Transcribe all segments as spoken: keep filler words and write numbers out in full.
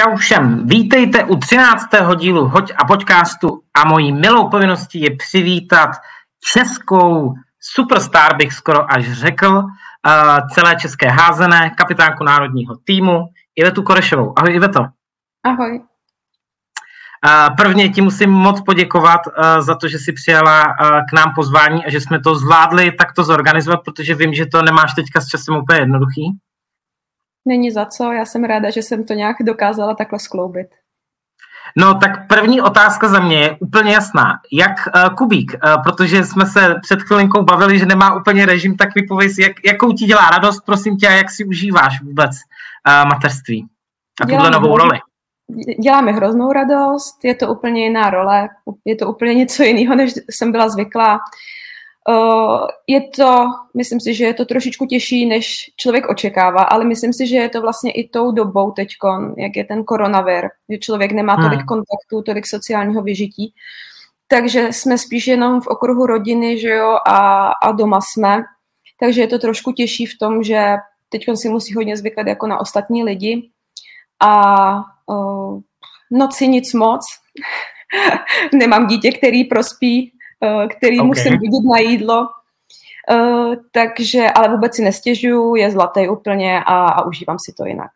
Čau všem, vítejte u třináctého dílu Hoď a podcastu a mojí milou povinností je přivítat českou superstar, bych skoro až řekl, uh, celé české házené, kapitánku národního týmu, Ivetu Korešovou. Ahoj Iveto. Ahoj. Uh, prvně ti musím moc poděkovat uh, za to, že jsi přijala uh, k nám pozvání a že jsme to zvládli takto zorganizovat, protože vím, že to nemáš teďka s časem úplně jednoduchý. Není za co, já jsem ráda, že jsem to nějak dokázala takhle skloubit. No tak první otázka za mě je úplně jasná. Jak uh, Kubík, uh, protože jsme se před chvilinkou bavili, že nemá úplně režim, tak mi pověz, jak, jakou ti dělá radost, prosím tě, a jak si užíváš vůbec uh, mateřství a tuhle novou roli. Dělá mi hroznou radost, je to úplně jiná role, je to úplně něco jiného, než jsem byla zvyklá. Uh, je to, myslím si, že je to trošičku těžší, než člověk očekává, ale myslím si, že je to vlastně i tou dobou teďkon, jak je ten koronavir, že člověk nemá tolik hmm. kontaktů, tolik sociálního vyžití, takže jsme spíš jenom v okruhu rodiny, že jo, a, a doma jsme, takže je to trošku těžší v tom, že teďkon si musí hodně zvykat jako na ostatní lidi a uh, noci nic moc, nemám dítě, který prospí, který okay. musím budit na jídlo, uh, takže, ale vůbec si nestěžuju, je zlatý úplně a, a užívám si to jinak.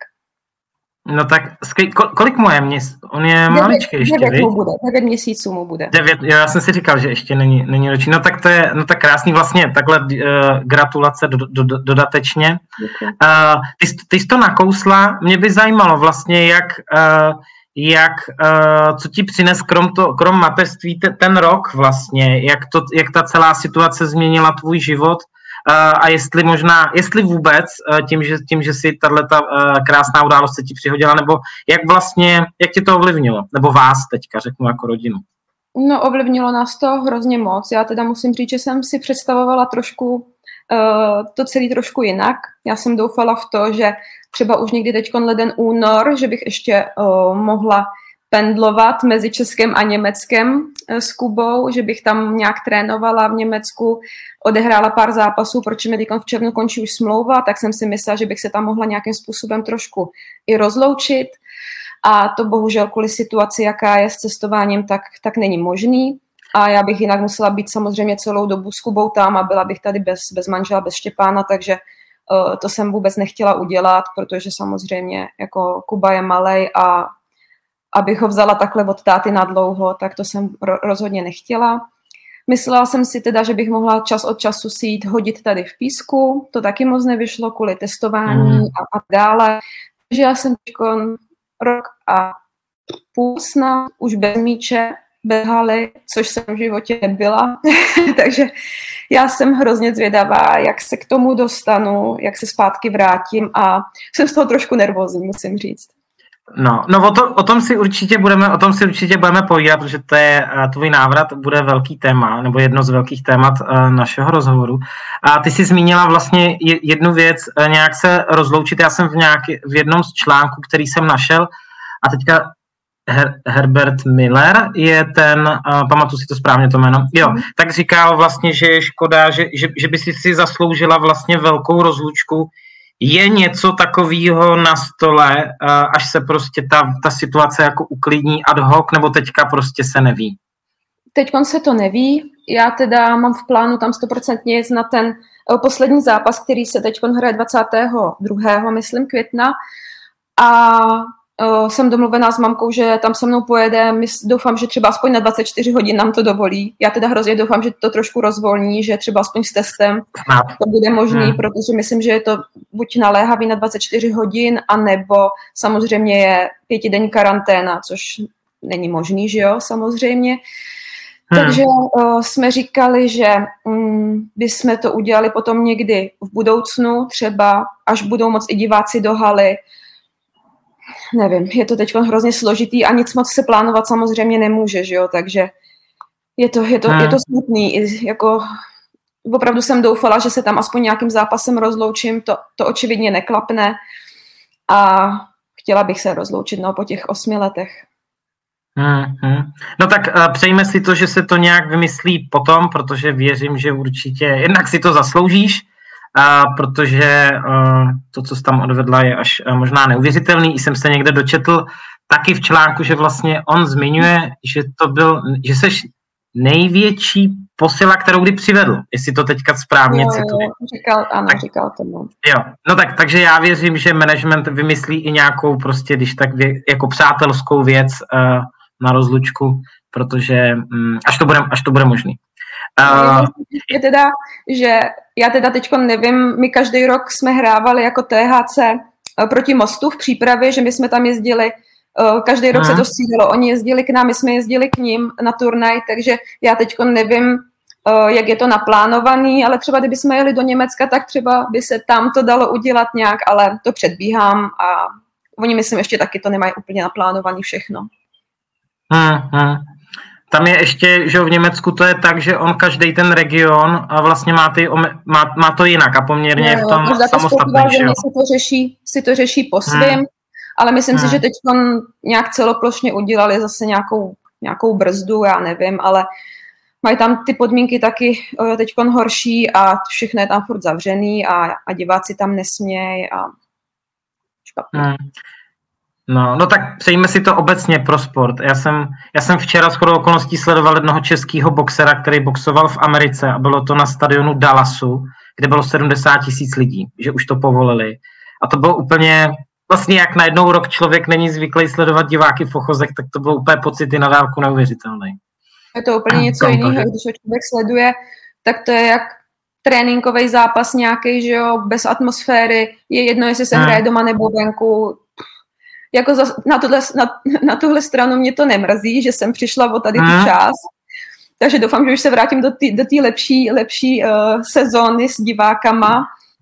No tak, kol, kolik mu je? On je maličký ještě, devět mu bude, devět měsíců mu bude. Devět, jo, já jsem si říkal, že ještě není, není roční. No tak to je, no tak krásný vlastně, takhle uh, gratulace do, do, do, dodatečně. Uh, ty, ty jsi to nakousla, mě by zajímalo vlastně, jak... Uh, jak, uh, co ti přines krom, to, krom mateřství te, ten rok vlastně, jak, to, jak ta celá situace změnila tvůj život uh, a jestli možná, jestli vůbec uh, tím, že, tím, že si tato uh, krásná událost se ti přihodila, nebo jak vlastně, jak ti to ovlivnilo, nebo vás teďka řeknu jako rodinu. No ovlivnilo nás to hrozně moc, já teda musím říct, že jsem si představovala trošku Uh, to celý trošku jinak. Já jsem doufala v to, že třeba už někdy teďkon leden únor, že bych ještě uh, mohla pendlovat mezi Českem a Německem uh, s Kubou, že bych tam nějak trénovala v Německu, odehrála pár zápasů, protože mi teďkon v červnu končí už smlouva, tak jsem si myslela, že bych se tam mohla nějakým způsobem trošku i rozloučit a to bohužel kvůli situaci, jaká je s cestováním, tak, tak není možný. A já bych jinak musela být samozřejmě celou dobu s Kubou tam a byla bych tady bez, bez manžela, bez Štěpána, takže uh, to jsem vůbec nechtěla udělat, protože samozřejmě jako Kuba je malej a abych ho vzala takhle od táty na dlouho, tak to jsem ro- rozhodně nechtěla. Myslela jsem si teda, že bych mohla čas od času si jít hodit tady v písku, to taky moc nevyšlo kvůli testování mm. a, a dále. Takže já jsem rok a půl snad už bez míče, bez haly, což jsem v životě nebyla. Takže já jsem hrozně zvědavá, jak se k tomu dostanu, jak se zpátky vrátím a jsem z toho trošku nervózní, musím říct. No, no o, to, o tom si určitě budeme, o tom si určitě budeme povídat, protože to je uh, tvůj návrat bude velký téma, nebo jedno z velkých témat uh, našeho rozhovoru. A ty jsi zmínila vlastně jednu věc, uh, nějak se rozloučit. Já jsem v, nějaký, v jednom z článků, který jsem našel a teďka Her, Herbert Miller je ten, uh, pamatuju si to správně to jméno, jo, mm. tak říkal vlastně, že je škoda, že, že, že by si si zasloužila vlastně velkou rozlučku. Je něco takového na stole, uh, až se prostě ta, ta situace jako uklidní ad hoc, nebo teďka prostě se neví? Teďkon se to neví, já teda mám v plánu tam stoprocentně jít na ten uh, poslední zápas, který se teďkon hraje dvacátého druhého myslím, května a Uh, jsem domluvená s mamkou, že tam se mnou pojede, my doufám, že třeba aspoň na dvacet čtyři hodin nám to dovolí. Já teda hrozně doufám, že to trošku rozvolní, že třeba aspoň s testem to bude možný, hmm. protože myslím, že je to buď naléhavý na dvacet čtyři hodin, anebo samozřejmě je pětidenní karanténa, což není možný, že jo, samozřejmě. Hmm. Takže uh, jsme říkali, že um, bychom to udělali potom někdy v budoucnu, třeba až budou moc i diváci do haly. Nevím, je to teď hrozně složitý a nic moc se plánovat samozřejmě nemůže, že jo, takže je to, je to, je to smutný, jako opravdu jsem doufala, že se tam aspoň nějakým zápasem rozloučím, to, to očividně neklapne a chtěla bych se rozloučit, no, po těch osmi letech. Hmm, no tak uh, přejme si to, že se to nějak vymyslí potom, protože věřím, že určitě jednak si to zasloužíš, uh, protože uh, to, co jsi tam odvedla, je až uh, možná neuvěřitelný. I jsem se někde dočetl taky v článku, že vlastně on zmiňuje, že to byl, že seš největší posila, kterou kdy přivedl, jestli to teďka správně jo, cituji. Jo, říkal, ano, tak, říkal to. No. Jo, no tak, takže já věřím, že management vymyslí i nějakou prostě, když tak vě, jako přátelskou věc uh, na rozlučku, protože um, až, to bude, až to bude možný. Uh, je teda, že já teda teďko nevím, my každý rok jsme hrávali jako T H C uh, proti Mostu v přípravě, že my jsme tam jezdili. Každý rok hmm. se to střídalo. Oni jezdili k nám, my jsme jezdili k ním na turnaj, takže já teďko nevím, jak je to naplánovaný, ale třeba kdyby jsme jeli do Německa, tak třeba by se tam to dalo udělat nějak, ale to předbíhám a oni myslím ještě taky to nemají úplně naplánovaný všechno. Hmm, hmm. Tam je ještě, že v Německu to je tak, že on každý ten region a vlastně má, ty, má, má to jinak a poměrně no, v tom samostatný. Že si to řeší, si to řeší po svým. Hmm. Ale myslím hmm. si, že teď nějak celoplošně udělali zase nějakou, nějakou brzdu, já nevím, ale mají tam ty podmínky taky teď horší a všechno je tam furt zavřený a, a diváci tam nesmějí a špatně. Hmm. No, no tak přejme si to obecně pro sport. Já jsem, já jsem včera shodou okolností sledoval jednoho českého boxera, který boxoval v Americe a bylo to na stadionu Dallasu, kde bylo sedmdesát tisíc lidí, že už to povolili. A to bylo úplně... Vlastně jak najednou rok člověk není zvyklý sledovat diváky v ochozech, tak to bylo úplně pocity na dálku neuvěřitelný. Je to úplně něco jiného, když ho člověk sleduje, tak to je jak tréninkový zápas nějaký, že jo, bez atmosféry, je jedno, jestli se hmm. hraje doma nebo venku. Jako za, na, tuhle, na, na tuhle stranu mě to nemrzí, že jsem přišla o tady hmm. tu čas, takže doufám, že už se vrátím do té do lepší, lepší uh, sezóny s divákama,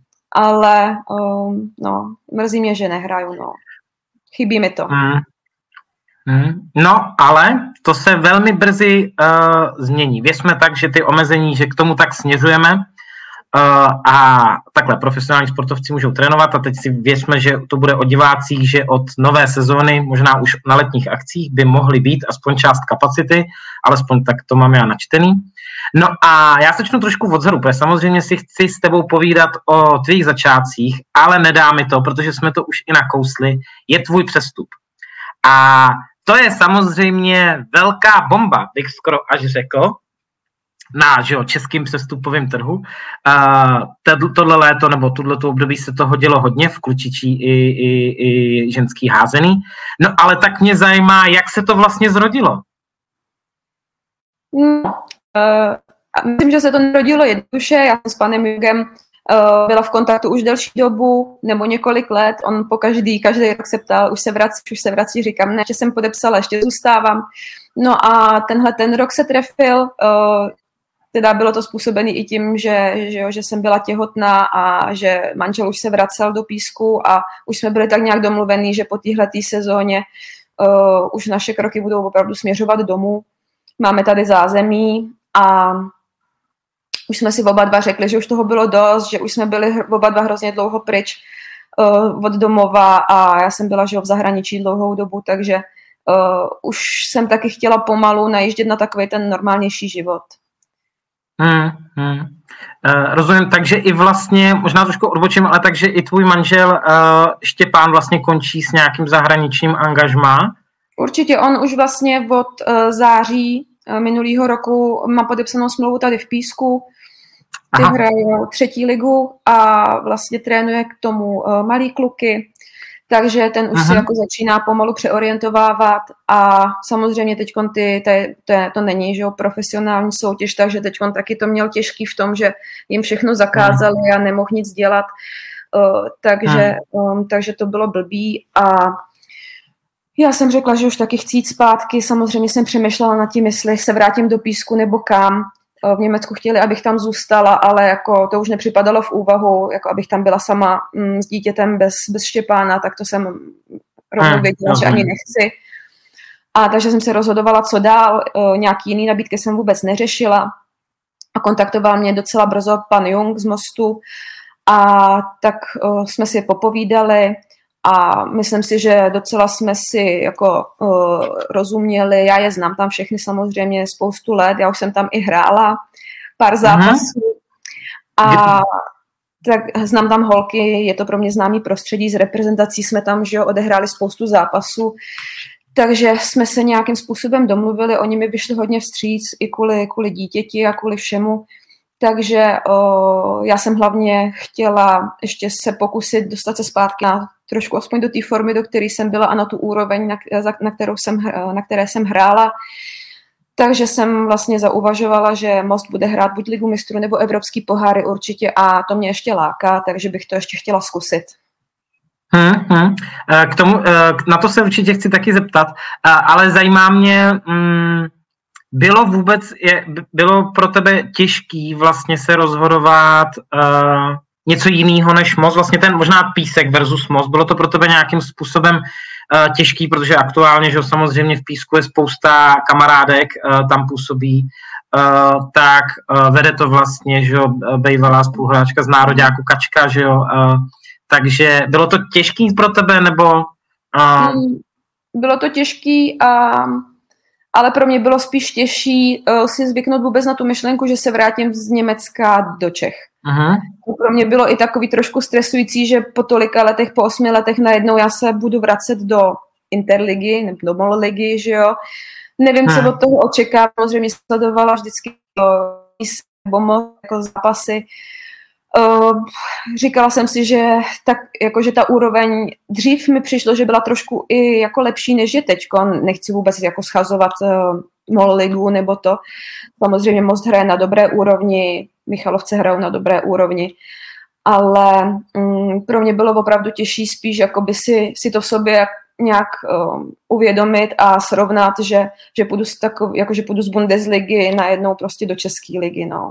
ale um, no, mrzí mě, že nehraju, no. Chybí mi to. Hmm. Hmm. No, ale to se velmi brzy uh, změní. Věřme tak, že ty omezení, že k tomu tak směřujeme uh, a takhle profesionální sportovci můžou trénovat a teď si věřme, že to bude o divácích, že od nové sezóny, možná už na letních akcích, by mohly být aspoň část kapacity, alespoň tak to mám já načtený. No a já začnu trošku odzadu, protože samozřejmě si chci s tebou povídat o tvých začátcích, ale nedá mi to, protože jsme to už i nakousli, je tvůj přestup. A to je samozřejmě velká bomba, bych skoro až řekl, na že jo, českým přestupovém trhu. Uh, tohle léto nebo tuto období se to hodilo hodně v klučičí i, i, i ženský házený. No ale tak mě zajímá, jak se to vlastně zrodilo. No, uh, myslím, že se to narodilo jednoduše. Já jsem s panem Jugem uh, byla v kontaktu už delší dobu, nebo několik let. On po každý, každý rok se ptal, už se vrací, už se vrací, říkám, ne, že jsem podepsala, ještě zůstávám. No a tenhle ten rok se trefil, uh, teda bylo to způsobené i tím, že, že, jo, že jsem byla těhotná a že manžel už se vracel do Písku a už jsme byli tak nějak domluvení, že po téhletý sezóně uh, už naše kroky budou opravdu směřovat domů. Máme tady zázemí a už jsme si oba dva řekli, že už toho bylo dost, že už jsme byli oba dva hrozně dlouho pryč uh, od domova a já jsem byla že v zahraničí dlouhou dobu, takže uh, už jsem taky chtěla pomalu najíždět na takový ten normálnější život. Hmm, hmm. Uh, rozumím, takže i vlastně, možná trošku odbočím, ale takže i tvůj manžel uh, Štěpán vlastně končí s nějakým zahraničním angažmá? Určitě, on už vlastně od uh, září uh, minulého roku má podepsanou smlouvu tady v Písku, kde hraje třetí ligu a vlastně trénuje k tomu uh, malý kluky, takže ten už Aha. se jako začíná pomalu přeorientovávat a samozřejmě teď ty, to, to, to není že jo, profesionální soutěž, takže teď taky to měl těžký v tom, že jim všechno zakázali a nemohl nic dělat, uh, takže, um, takže to bylo blbý a já jsem řekla, že už taky chci jít zpátky, samozřejmě jsem přemýšlela nad tím, jestli se vrátím do Písku nebo kam. V Německu chtěli, abych tam zůstala, ale jako to už nepřipadalo v úvahu, jako abych tam byla sama mm, s dítětem bez, bez Štěpána, tak to jsem rovnou věděla, že ani nechci. A takže jsem se rozhodovala, co dál, e, nějaký jiný nabídky jsem vůbec neřešila a kontaktoval mě docela brzo pan Jung z Mostu a tak e, jsme si popovídali a myslím si, že docela jsme si jako uh, rozuměli, já je znám tam všechny samozřejmě spoustu let, já už jsem tam i hrála pár zápasů a tak znám tam holky, je to pro mě známý prostředí, z reprezentací jsme tam že jo, odehráli spoustu zápasů, Takže jsme se nějakým způsobem domluvili, oni mi vyšli hodně vstříc i kvůli, kvůli dítěti a kvůli všemu. Takže o, já jsem hlavně chtěla ještě se pokusit dostat se zpátky na trošku aspoň do té formy, do které jsem byla a na tu úroveň, na, na, kterou jsem, na které jsem hrála. Takže jsem vlastně zauvažovala, že Most bude hrát buď Ligu mistrů nebo Evropský poháry určitě a to mě ještě láká, takže bych to ještě chtěla zkusit. Hmm, hmm. K tomu, na to se určitě chci taky zeptat, ale zajímá mě, bylo vůbec, bylo pro tebe těžký vlastně se rozhodovat uh, něco jiného než Most, vlastně ten možná Písek versus Most, bylo to pro tebe nějakým způsobem uh, těžký, protože aktuálně, že samozřejmě v Písku je spousta kamarádek, uh, tam působí, uh, tak uh, vede to vlastně, že jo, bývalá spoluhráčka z nároďáku Kačka, že jo, uh, takže bylo to těžký pro tebe, nebo... Uh... Bylo to těžký, a, ale pro mě bylo spíš těžší uh, si zvyknout vůbec na tu myšlenku, že se vrátím z Německa do Čech. Uh-huh. Pro mě bylo i takový trošku stresující, že po tolika letech, po osmi letech najednou já se budu vracet do Interligy, nebo do Mol ligy, že jo. Nevím, uh-huh. co od toho očekávám, samozřejmě sledovala vždycky uh, jako zápasy. Uh, říkala jsem si, že, tak, jako, že ta úroveň dřív mi přišlo, že byla trošku i jako lepší, než je teďko. Nechci vůbec jako schazovat uh, Mol ligu nebo to. Samozřejmě Most hraje na dobré úrovni, Michalovce hrajou na dobré úrovni, ale um, pro mě bylo opravdu těžší spíš jakoby si, si to v sobě nějak um, uvědomit a srovnat, že, že, půjdu z takov, jako, že půjdu z Bundesligy najednou prostě do České ligy, no.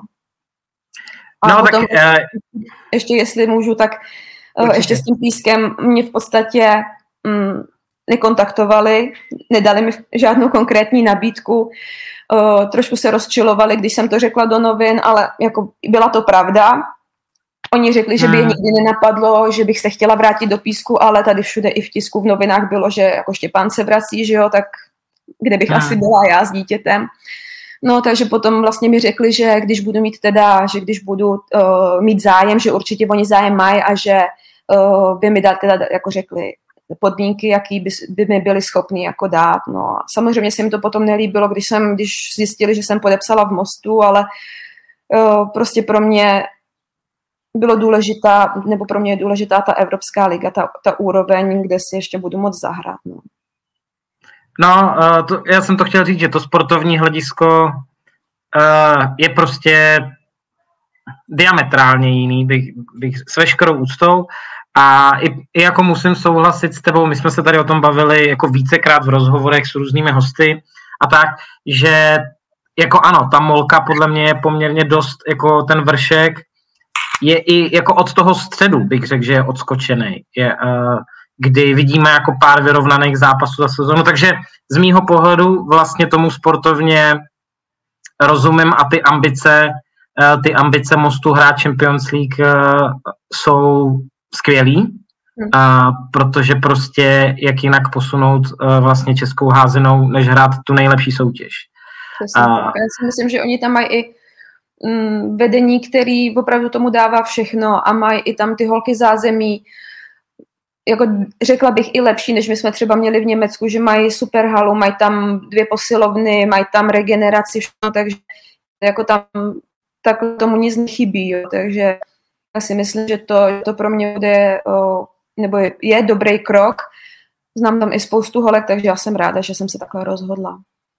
A no, potom, tak, uh, ještě jestli můžu, tak uh, ještě s tím Pískem mě v podstatě um, nekontaktovali, nedali mi žádnou konkrétní nabídku, uh, trošku se rozčilovali, když jsem to řekla do novin, ale jako byla to pravda. Oni řekli, že by je nikdy nenapadlo, že bych se chtěla vrátit do Písku, ale tady všude i v tisku, v novinách bylo, že jako Štěpán se vrací, že jo, tak kde bych hmm. asi byla já s dítětem. No, takže potom vlastně mi řekli, že když budu mít teda, že když budu uh, mít zájem, že určitě oni zájem mají a že uh, by mi dát teda, jako řekli, podmínky, jaký by, by mi byli schopni jako dát. No, samozřejmě se mi to potom nelíbilo, když jsem, když zjistili, že jsem podepsala v Mostu, ale uh, prostě pro mě bylo důležitá, nebo pro mě je důležitá ta Evropská liga, ta, ta úroveň, kde si ještě budu moc zahrát. No. No, to, já jsem to chtěl říct, že to sportovní hledisko uh, je prostě diametrálně jiný, bych, bych s veškerou úctou a i, i jako musím souhlasit s tebou, my jsme se tady o tom bavili jako vícekrát v rozhovorech s různými hosty a tak, že jako ano, ta Molka podle mě je poměrně dost, jako ten vršek je i jako od toho středu, bych řekl, že je odskočený, je... Uh, kdy vidíme jako pár vyrovnaných zápasů za sezonu, takže z mýho pohledu vlastně tomu sportovně rozumím a ty ambice, ty ambice Mostu hrát Champions League jsou skvělý, protože prostě jak jinak posunout vlastně českou házenou, než hrát tu nejlepší soutěž. Přesně, a... Já si myslím, že oni tam mají i mm, vedení, který opravdu tomu dává všechno a mají i tam ty holky zázemí, jako řekla bych i lepší, než my jsme třeba měli v Německu, že mají super halu, mají tam dvě posilovny, mají tam regeneraci, všechno, takže jako tam tak tomu nic nechybí, jo. Takže já si myslím, že to, to pro mě bude, o, nebo je, je dobrý krok. Znám tam i spoustu holek, takže já jsem ráda, že jsem se takhle rozhodla.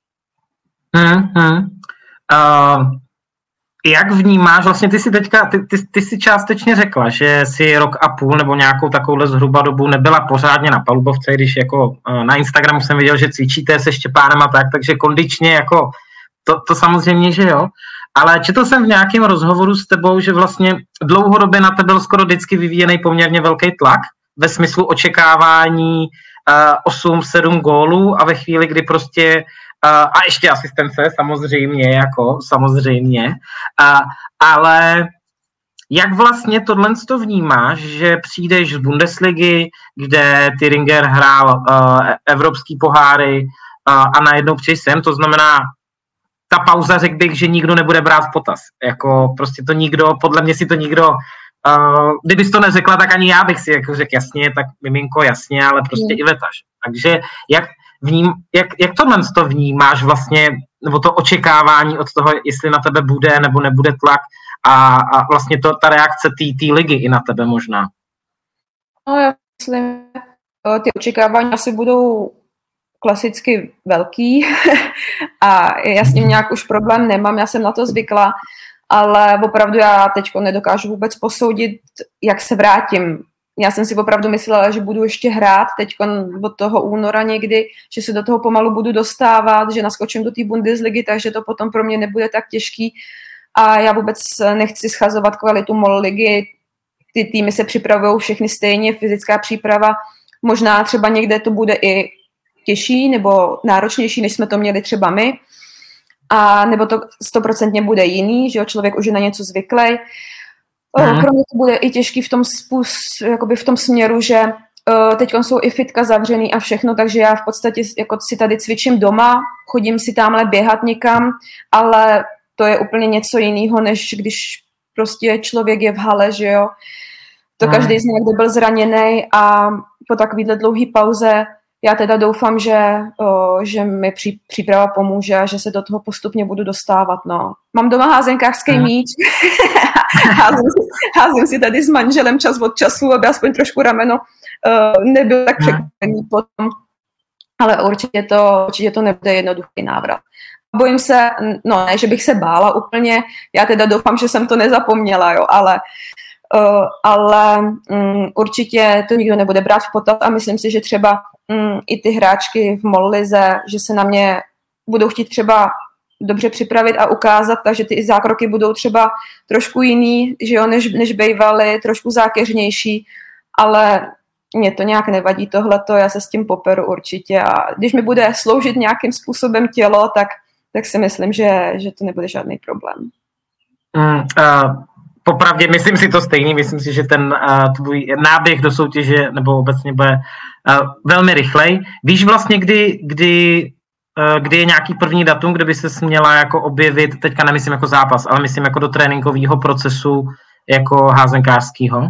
Hmm, hmm. Uh... Jak vnímáš, vlastně ty si teďka, ty, ty, ty si částečně řekla, že si rok a půl nebo nějakou takovouhle zhruba dobu nebyla pořádně na palubovce, když jako na Instagramu jsem viděl, že cvičíte se Štěpánem a tak, takže kondičně jako to, to samozřejmě, že jo, ale četl jsem v nějakém rozhovoru s tebou, že vlastně dlouhodobě na tebe byl skoro vždycky vyvíjený poměrně velký tlak ve smyslu očekávání uh, osm sedm gólů a ve chvíli, kdy prostě Uh, a ještě asistence, samozřejmě, jako, samozřejmě. Uh, ale jak vlastně tohle to vnímáš, že přijdeš z Bundesligy, kde Thüringer hrál uh, evropský poháry uh, a najednou přijdeš sem, to znamená, ta pauza, řekl bych, že nikdo nebude brát v potaz. Jako prostě to nikdo, podle mě si to nikdo, uh, kdybys to neřekla, tak ani já bych si jako řekl jasně, tak miminko jasně, ale prostě mm. i vetaž. Takže jak vním, jak, jak tohle to vnímáš vlastně, nebo to očekávání od toho, jestli na tebe bude nebo nebude tlak a, a vlastně to, ta reakce té ligy i na tebe možná? No já myslím, ty očekávání asi budou klasicky velký a já s tím nějak už problém nemám, já jsem na to zvykla, ale opravdu já teďko nedokážu vůbec posoudit, jak se vrátím. Já jsem si opravdu myslela, že budu ještě hrát teďko od toho února někdy, že se do toho pomalu budu dostávat, že naskočím do té Bundesligy, takže to potom pro mě nebude tak těžký a já vůbec nechci schazovat kvalitu MOL ligy, ty týmy se připravují všechny stejně, fyzická příprava, možná třeba někde to bude i těžší nebo náročnější, než jsme to měli třeba my, a nebo to stoprocentně bude jiný, že jo, člověk už je na něco zvyklý. Hmm. Kromě to bude i těžký v tom, spus, jakoby v tom směru, že uh, teď jsou i fitka zavřený a všechno, takže já v podstatě jako si tady cvičím doma, chodím si tamhle běhat někam, ale to je úplně něco jiného, než když prostě člověk je v hale, že jo. To hmm. každý z nás, kdo byl zraněný a po takovýhle dlouhý pauze já teda doufám, že, o, že mi pří, příprava pomůže a že se do toho postupně budu dostávat. No. Mám doma házenkářský mm. míč, házím, si, házím si tady s manželem čas od času, aby aspoň trošku rameno uh, nebyl tak překvapený mm. potom, ale určitě to, určitě to nebude jednoduchý návrat. Bojím se, no ne, že bych se bála úplně, já teda doufám, že jsem to nezapomněla, jo, ale Uh, ale um, určitě to nikdo nebude brát v potaz a myslím si, že třeba um, i ty hráčky v MOL lize, že se na mě budou chtít třeba dobře připravit a ukázat, takže ty zákroky budou třeba trošku jiný, že jo, než, než bejvaly, trošku zákeřnější, ale mě to nějak nevadí tohleto, já se s tím poperu určitě a když mi bude sloužit nějakým způsobem tělo, tak, tak si myslím, že, že to nebude žádný problém. Mm, uh... Popravdě, myslím si to stejný, myslím si, že ten uh, tvůj náběh do soutěže nebo obecně bude uh, velmi rychlej. Víš vlastně, kdy, kdy, uh, kdy je nějaký první datum, kde by se měla jako objevit, teďka nemyslím jako zápas, ale myslím jako do tréninkového procesu jako házenkářského?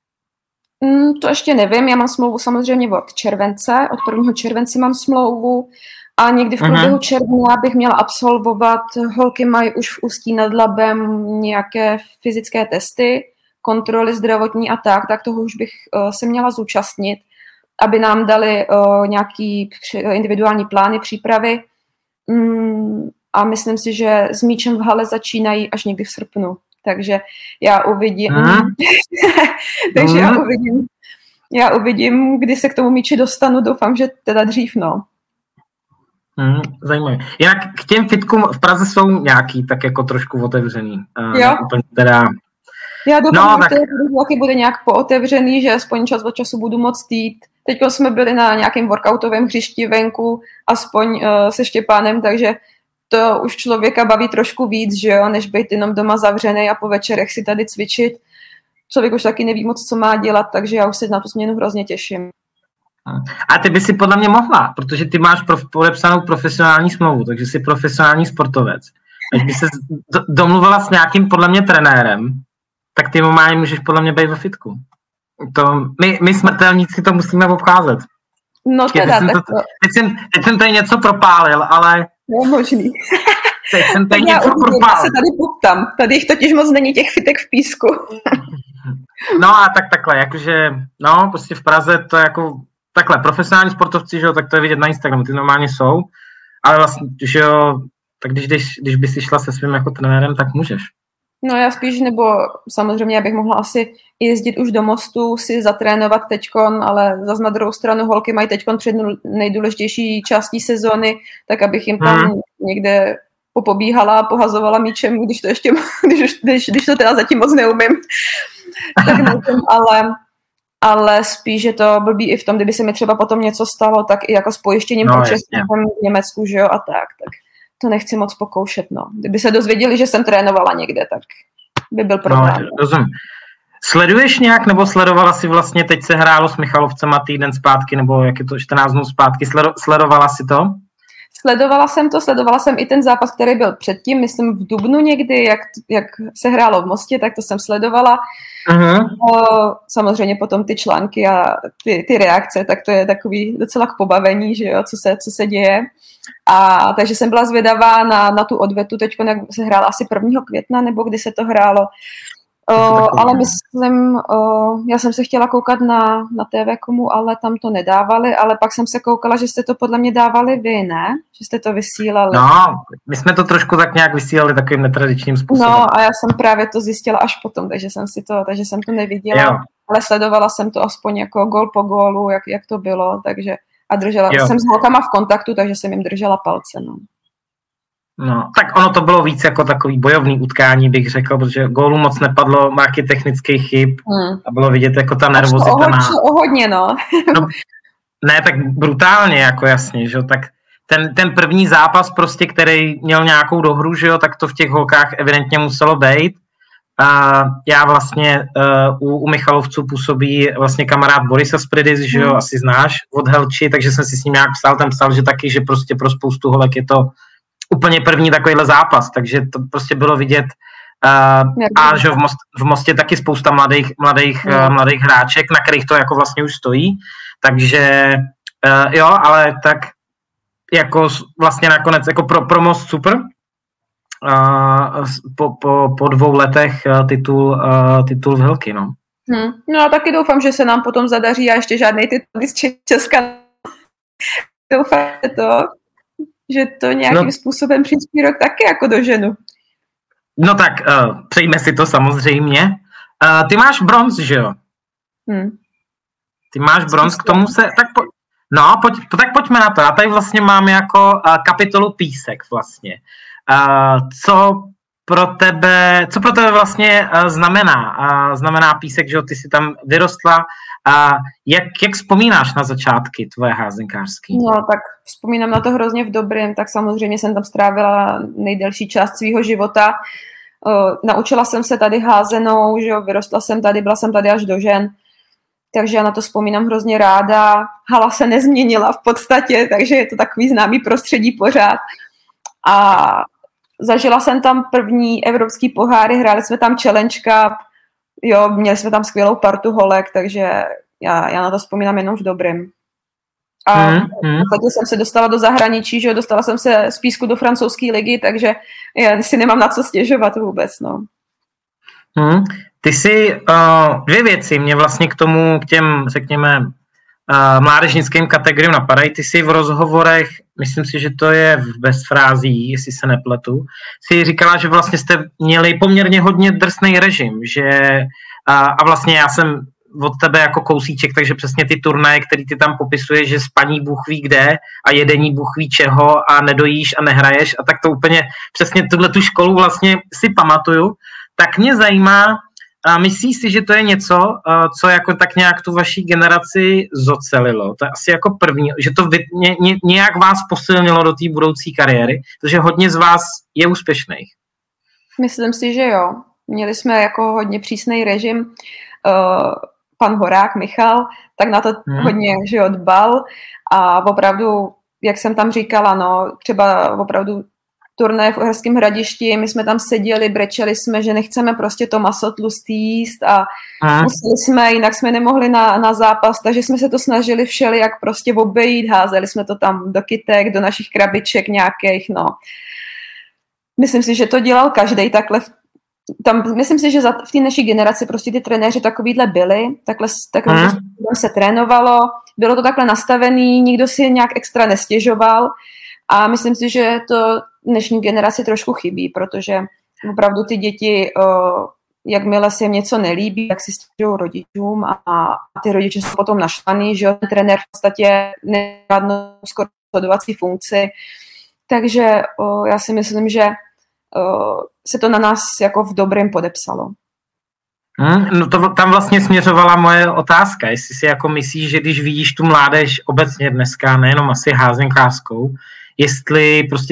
Mm, to ještě nevím, já mám smlouvu samozřejmě od července, od prvního července mám smlouvu a někdy v průběhu uh-huh. června bych měla absolvovat, holky mají už v Ústí nad Labem nějaké fyzické testy, kontroly zdravotní a tak, tak toho už bych uh, se měla zúčastnit, aby nám dali uh, nějaký individuální plány přípravy mm, a myslím si, že s míčem v hale začínají až někdy v srpnu, takže já uvidím, uh-huh. takže uh-huh. já uvidím, já uvidím, kdy se k tomu míči dostanu, doufám, že teda dřív, no. Hmm, zajímavé. Jinak k těm fitkům v Praze jsou nějaký tak jako trošku otevřený. Jo. Úplně teda... Já doufám, no, že taky bude nějak pootevřený, že aspoň čas od času budu moct jít. Teď jsme byli na nějakém workoutovém hřišti venku, aspoň uh, se Štěpánem, takže to už člověka baví trošku víc, že jo, než být jenom doma zavřený a po večerech si tady cvičit. Člověk už taky neví moc, co má dělat, takže já už se na tu změnu hrozně těším. A ty by si podle mě mohla, protože ty máš prof, podepsanou profesionální smlouvu, takže jsi profesionální sportovec. Když by se do, domluvila s nějakým podle mě trenérem, tak ty normálně můžeš podle mě být ve fitku. To, my, my smrtelníci to musíme obcházet. No teda, teď, tak to, teď, jsem, teď jsem tady něco propálil, ale... Je možný. Teď jsem tady tak něco propálil. Já se tady poptám. Tady jich totiž moc není těch fitek v písku. No a tak takhle, jakože, no, prostě v Praze to jako... Takhle, profesionální sportovci, že jo, tak to je vidět na Instagramu, ty normálně jsou, ale vlastně, že jo, tak když, když, když by si šla se svým jako trenérem, tak můžeš. No já spíš, nebo samozřejmě já bych mohla asi jezdit už do Mostu, si zatrénovat teďkon, ale zase na druhou stranu holky mají teďkon před nejdůležitější částí sezóny, tak abych jim tam hmm. někde popobíhala a pohazovala míčem, když to ještě, když, když, když to teda zatím moc neumím. tak nevím, ale... ale spíš je to blbý i v tom, kdyby se mi třeba potom něco stalo, tak i jako s pojištěním no, počastem v Německu, že jo, a tak, tak to nechci moc pokoušet, no. Kdyby se dozvěděli, že jsem trénovala někde, tak by byl problém. No, rozumím. Sleduješ nějak, nebo sledovala si vlastně, teď se hrálo s Michalovcema týden zpátky, nebo jak je to čtrnáct dnů zpátky, sledo, sledovala si to? Sledovala jsem to, sledovala jsem i ten zápas, který byl předtím, myslím v dubnu někdy, jak, jak se hrálo v Mostě, tak to jsem sledovala. Uh-huh. O, samozřejmě potom ty články a ty, ty reakce, tak to je takový docela k pobavení, že jo, co se, co se děje. A takže jsem byla zvědavá na, na tu odvetu, teď jak se hrála asi prvního května, nebo kdy se to hrálo. O, ale myslím, o, já jsem se chtěla koukat na, na té vé komu, ale tam to nedávali, ale pak jsem se koukala, že jste to podle mě dávali vy, ne? Že jste to vysílali. No, my jsme to trošku tak nějak vysílali takovým netradičním způsobem. No a já jsem právě to zjistila až potom, takže jsem si to, takže jsem to neviděla, jo. Ale sledovala jsem to aspoň jako gól po gólu, jak, jak to bylo, takže a držela, jo. Jsem s holkama v kontaktu, takže jsem jim držela palce, no. No, tak ono to bylo víc jako takový bojovný utkání, bych řekl, protože gólů moc nepadlo, máky technických chyb hmm. a bylo vidět jako ta nervozita. To na... o hodně, no. no. Ne, tak brutálně, jako jasně, že tak ten, ten první zápas prostě, který měl nějakou dohru, že jo, tak to v těch holkách evidentně muselo být. A já vlastně uh, u, u Michalovců působí vlastně kamarád Borisa Spridis, že jo, hmm. asi znáš, od Helči, takže jsem si s ním nějak psal, tam psal, že taky, že prostě pro spoustu holek je to úplně první takovýhle zápas, takže to prostě bylo vidět uh, a že v, Most, v Mostě taky spousta mladých, mladých, no. uh, mladých hráček, na kterých to jako vlastně už stojí, takže uh, jo, ale tak jako vlastně nakonec jako pro, pro Most super, uh, po, po, po dvou letech uh, titul, uh, titul v Helky, no. Hmm. No a taky doufám, že se nám potom zadaří a ještě žádnej titul z Česka. Doufám, že to že to nějakým no, způsobem příští rok taky jako doženu. No tak, uh, přejme si to samozřejmě. Uh, ty máš bronz, že jo? Hmm. Ty máš bronz, k tomu se... Tak po, no, pojď, tak pojďme na to. Já tady vlastně mám jako uh, kapitolu písek vlastně. Uh, co pro tebe, co pro tebe vlastně uh, znamená? Uh, znamená písek, že jo? Ty jsi tam vyrostla. A jak, jak vzpomínáš na začátky tvoje házenkářský? No tak vzpomínám na to hrozně v dobrém, tak samozřejmě jsem tam strávila nejdelší část svého života. Uh, naučila jsem se tady házenou, že jo, vyrostla jsem tady, byla jsem tady až do žen, takže já na to vzpomínám hrozně ráda. Hala se nezměnila v podstatě, takže je to takový známý prostředí pořád. A zažila jsem tam první evropský poháry, hráli jsme tam Challenge Cup, jo, měli jsme tam skvělou partu holek, takže já, já na to vzpomínám jenom v dobrém. A hmm, hmm. v podstatě jsem se dostala do zahraničí, že dostala jsem se z Písku do francouzské ligy, takže já si nemám na co stěžovat vůbec, no. Hmm. Ty si uh, dvě věci mě vlastně k tomu, k těm, řekněme, uh, mládežnickým kategoriím napadají. Ty si v rozhovorech, myslím si, že to je v bezfrází, jestli se nepletu, si říkala, že vlastně jste měli poměrně hodně drsný režim, že uh, a vlastně já jsem od tebe jako kousíček, takže přesně ty turnaje, který ty tam popisuješ, že spaní Bůh ví kde a jedení Bůh ví čeho a nedojíš a nehraješ a tak to úplně přesně tuhle tu školu vlastně si pamatuju, tak mě zajímá, a myslíš si, že to je něco, co jako tak nějak tu vaší generaci zocelilo? To je asi jako první, že to ně, ně, nějak vás posilnilo do té budoucí kariéry, protože hodně z vás je úspěšných. Myslím si, že jo. Měli jsme jako hodně přísný režim. Uh, pan Horák, Michal, tak na to hmm. hodně že jo, dbal a opravdu, jak jsem tam říkala, no, třeba opravdu turné v Uherském Hradišti, my jsme tam seděli, brečeli jsme, že nechceme prostě to maso tlustý jíst a hmm. museli jsme, jinak jsme nemohli na, na zápas, takže jsme se to snažili všelijak prostě obejít, házeli jsme to tam do kytek, do našich krabiček nějakých, no. Myslím si, že to dělal každej takhle. Tam, myslím si, že za, v té naší generaci prostě ty trenéři takovýhle byli, takhle, takhle hmm. se trénovalo, bylo to takhle nastavený, nikdo si nějak extra nestěžoval a myslím si, že to dnešní generaci trošku chybí, protože opravdu ty děti, uh, jakmile se jim něco nelíbí, tak si stěžují rodičům a, a ty rodiče jsou potom naštvaný, že ten trenér v podstatě nemá skoro sledovací funkci, takže uh, já si myslím, že uh, se to na nás jako v dobrém podepsalo. Hmm, no to tam vlastně směřovala moje otázka, jestli si jako myslíš, že když vidíš tu mládež obecně dneska, nejenom asi házenkářskou, jestli prostě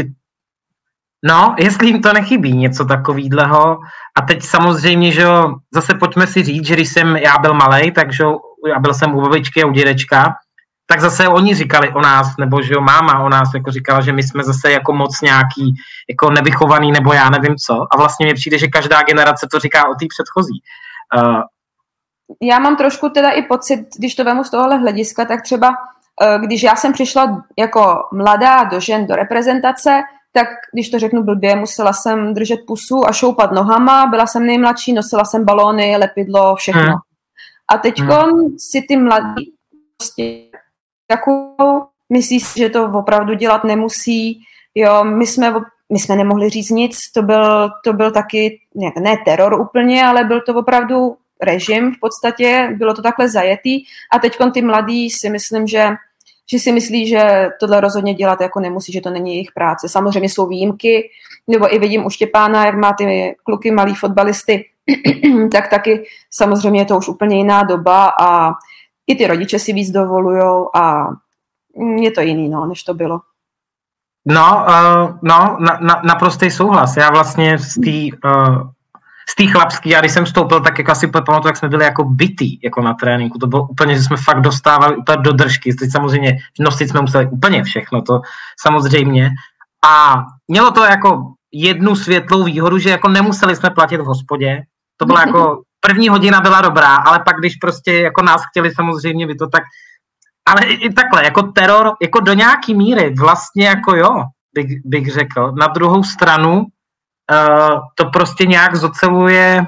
no, jestli jim to nechybí něco takovýhleho. A teď samozřejmě, že jo, zase pojďme si říct, že když jsem já byl malej, takže já byl jsem u babičky a u dědečka tak zase oni říkali o nás, nebo že jo, máma o nás jako říkala, že my jsme zase jako moc nějaký jako nevychovaný, nebo já nevím co. A vlastně mi přijde, že každá generace to říká o té předchozí. Uh, já mám trošku teda i pocit, když to vemu z tohohle hlediska, tak třeba když já jsem přišla jako mladá do žen do reprezentace, tak když to řeknu blbě, musela jsem držet pusu a šoupat nohama, byla jsem nejmladší, nosila jsem balóny, lepidlo, všechno. Hmm. A teďko hmm. si ty mladí prostě takovou, myslí si, že to opravdu dělat nemusí, jo, my jsme, my jsme nemohli říct nic, to byl, to byl taky, ne, ne teror úplně, ale byl to opravdu režim v podstatě, bylo to takhle zajetý a teďkon ty mladí si myslím, že že si myslí, že tohle rozhodně dělat jako nemusí, že to není jejich práce. Samozřejmě jsou výjimky, nebo i vidím u Štěpána, jak má ty kluky, malí fotbalisty, tak taky samozřejmě je to už úplně jiná doba a i ty rodiče si víc dovolujou a je to jiný, no, než to bylo. No, uh, no na, na, naprostý souhlas. Já vlastně z té uh, z té chlapský, já když jsem vstoupil, tak jako asi pamatuju, jak jsme byli jako bitý jako na tréninku. To bylo úplně, že jsme fakt dostávali úplně do držky. Teď samozřejmě nosit jsme museli úplně všechno, to samozřejmě. A mělo to jako jednu světlou výhodu, že jako nemuseli jsme platit v hospodě. To byla jako, první hodina byla dobrá, ale pak když prostě jako nás chtěli samozřejmě by to tak, ale i, i takhle, jako teror, jako do nějaký míry, vlastně jako jo, bych, bych řekl. Na druhou stranu, Uh, to prostě nějak zoceluje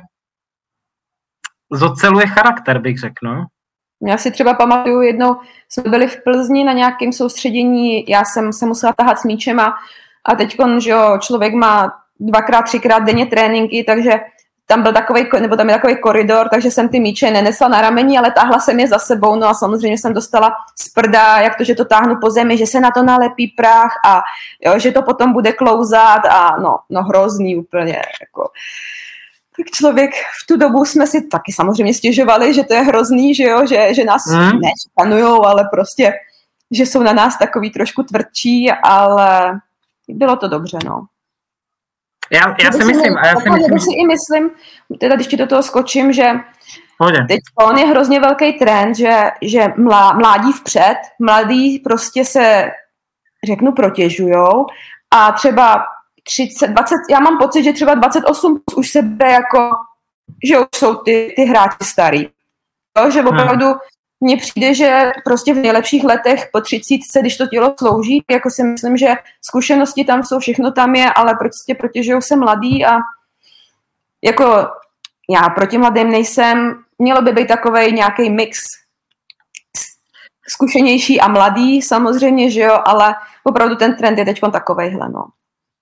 zoceluje charakter, bych řekl, no. Já si třeba pamatuju, jednou jsme byli v Plzni na nějakém soustředění, já jsem se musela tahat s míčem a, a teďkon, že jo, člověk má dvakrát, třikrát denně tréninky, takže tam byl takovej, nebo tam je takový koridor, takže jsem ty míče nenesla na rameni, ale táhla jsem je za sebou, no a samozřejmě jsem dostala z prda, jak to, že to táhnu po zemi, že se na to nalepí prach a jo, že to potom bude klouzat a no, no hrozný úplně, jako. Tak člověk, v tu dobu jsme si taky samozřejmě stěžovali, že to je hrozný, že jo, že, že nás mm. neškanujou, ale prostě, že jsou na nás takový trošku tvrdší, ale bylo to dobře, no. Já, já si myslím, a já si myslím, si i myslím, teda když ti do toho skočím, že Hodě. teď on je hrozně velký trend, že, že mlá, mládí vpřed, mladí prostě se, řeknu, protěžujou a třeba třicet, dvacet, já mám pocit, že třeba dvacet osm už se bere jako, že už jsou ty, ty hráči starý. Jo, že opravdu hmm. mně přijde, že prostě v nejlepších letech po třicítce, když to tělo slouží, jako si myslím, že zkušenosti tam jsou, všechno tam je, ale prostě protěžujou se mladí a jako já proti mladým nejsem, mělo by být takovej nějaký mix zkušenější a mladý, samozřejmě, že jo, ale opravdu ten trend je teď takovejhle, no.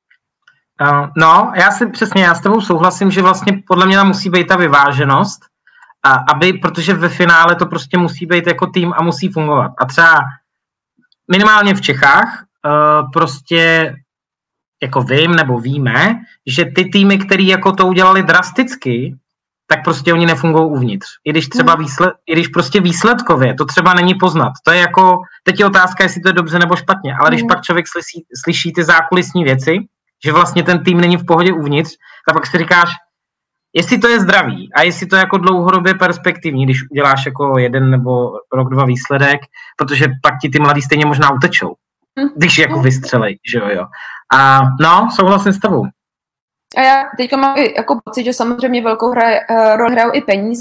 Uh, no, já si přesně, já s tebou souhlasím, že vlastně podle mě tam musí být ta vyváženost, a aby, protože ve finále to prostě musí být jako tým a musí fungovat. A třeba minimálně v Čechách uh, prostě jako vím nebo víme, že ty týmy, které jako to udělali drasticky, tak prostě oni nefungují uvnitř. I když třeba výsled, i když prostě výsledkově to třeba není poznat. To je jako, teď je otázka, jestli to je dobře nebo špatně, ale když pak člověk slyší, slyší ty zákulisní věci, že vlastně ten tým není v pohodě uvnitř, tak pak si říkáš, jestli to je zdravý a jestli to je jako dlouhodobě perspektivní, když uděláš jako jeden nebo rok, dva výsledek, protože pak ti ty mladí stejně možná utečou, když jako vystřelej, že jo, jo. A no, souhlasím s tebou. A já teď mám jako pocit, že samozřejmě velkou roli hrajou i peníze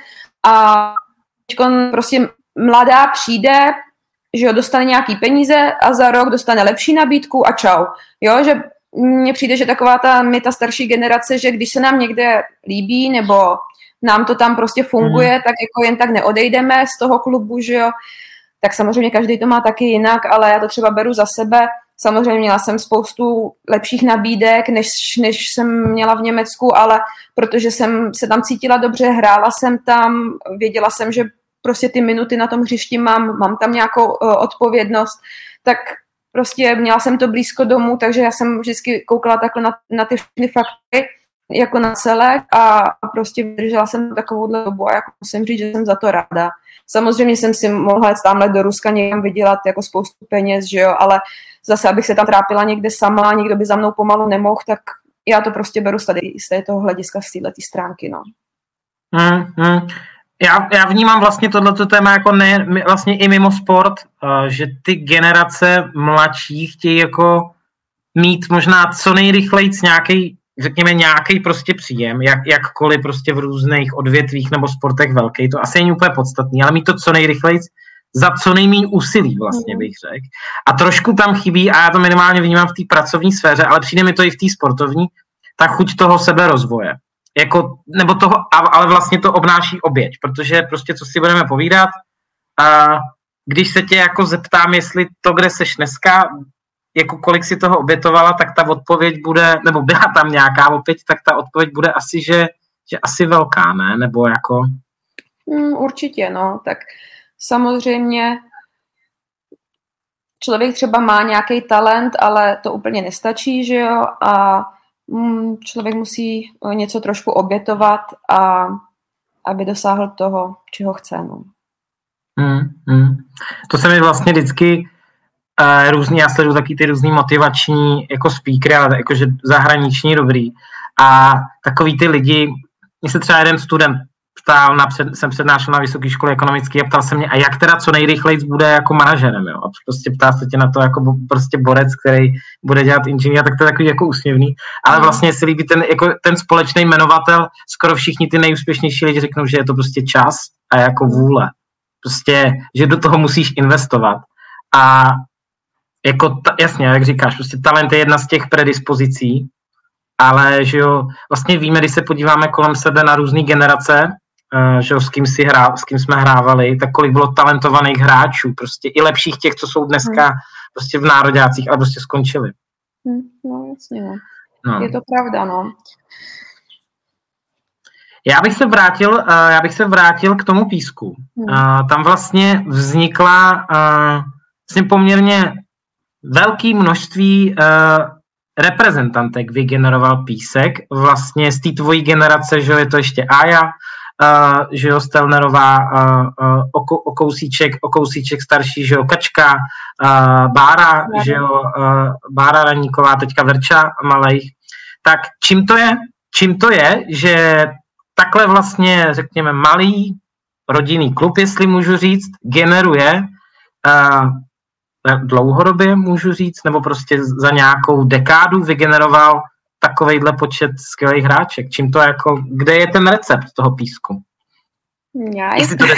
a teď prostě mladá přijde, že jo, dostane nějaký peníze a za rok dostane lepší nabídku a čau. Jo, že mně přijde, že taková ta, my ta starší generace, že když se nám někde líbí nebo nám to tam prostě funguje, mm. tak jako jen tak neodejdeme z toho klubu, že jo. Tak samozřejmě každý to má taky jinak, ale já to třeba beru za sebe. Samozřejmě měla jsem spoustu lepších nabídek, než, než jsem měla v Německu, ale protože jsem se tam cítila dobře, hrála jsem tam, věděla jsem, že prostě ty minuty na tom hřišti mám, mám tam nějakou uh, odpovědnost, tak prostě měla jsem to blízko domů, takže já jsem vždycky koukala takhle na, na ty všechny faktory, jako na celek a prostě vydržela jsem takovouhle dobu a jako musím říct, že jsem za to ráda. Samozřejmě jsem si mohla jít tamhle do Ruska někam vydělat jako spoustu peněz, že jo, ale zase, abych se tam trápila někde sama, nikdo by za mnou pomalu nemohl, tak já to prostě beru z tady z toho hlediska, z této stránky, no. Hmm, hmm. Já, já vnímám vlastně tohleto téma jako ne, vlastně i mimo sport, uh, že ty generace mladší chtějí jako mít možná co nejrychleji nějaký, řekněme, nějaký prostě příjem, jak, jakkoliv prostě v různých odvětvích nebo sportech velký, to asi není úplně podstatný, ale mít to co nejrychleji za co nejméně úsilí vlastně bych řekl. A trošku tam chybí, a já to minimálně vnímám v té pracovní sféře, ale přijde mi to i v té sportovní, ta chuť toho seberozvoje. Jako, nebo toho, ale vlastně to obnáší oběť, protože prostě co si budeme povídat, a když se tě jako zeptám, jestli to, kde seš dneska, jako kolik si toho obětovala, tak ta odpověď bude, nebo byla tam nějaká opět, tak ta odpověď bude asi, že, že asi velká, ne? Nebo jako... Mm, určitě, no, tak samozřejmě člověk třeba má nějaký talent, ale to úplně nestačí, že jo, a mm, člověk musí něco trošku obětovat, a aby dosáhl toho, čeho chce, no. Hmm, hmm. To se mi vlastně vždycky uh, různý, já sleduju taky ty různý motivační jako speakery, ale jakože zahraniční dobrý. A takový ty lidi, mě se třeba jeden student ptal, na před, jsem přednášel na vysoké škole ekonomické a ptal se mě, a jak teda co nejrychleji bude jako manažerem, jo? A prostě ptá se tě na to jako prostě borec, který bude dělat inženýra, tak to je takový jako úsměvný. Ale vlastně se líbí ten, jako ten společný jmenovatel, skoro všichni ty nejúspěšnější lidi řeknou, že je to prostě čas a jako vůle. Prostě, že do toho musíš investovat. A jako, ta, jasně, jak říkáš, prostě talent je jedna z těch predispozicí, ale že jo, vlastně víme, když se podíváme kolem sebe na různé generace, uh, že jo, s kým, si hrá, s kým jsme hrávali, tak kolik bylo talentovaných hráčů, prostě i lepších těch, co jsou dneska hmm. prostě v nároďácích, ale prostě skončili. Hmm, no jasně, no. no. Je to pravda, no. Já bych se vrátil, uh, já bych se vrátil k tomu Písku. Hmm. Uh, tam vlastně vznikla uh, vlastně poměrně velké množství uh, reprezentantek vygeneroval Písek. Vlastně z té tvojí generace, že je to ještě Aja, uh, že jo, Stelnerová, uh, uh, o, o, kousíček, o kousíček starší, že jo, Kačka, uh, Bára, yeah. že jo, uh, Bára Raníková, teďka Verča malejch. Tak čím to je? Čím to je, že takhle vlastně, řekněme, malý rodinný klub, jestli můžu říct, generuje uh, dlouhodobě, můžu říct, nebo prostě za nějakou dekádu vygeneroval takovejhle počet skvělých hráček. Čím to jako, kde je ten recept toho Písku? Já jestli to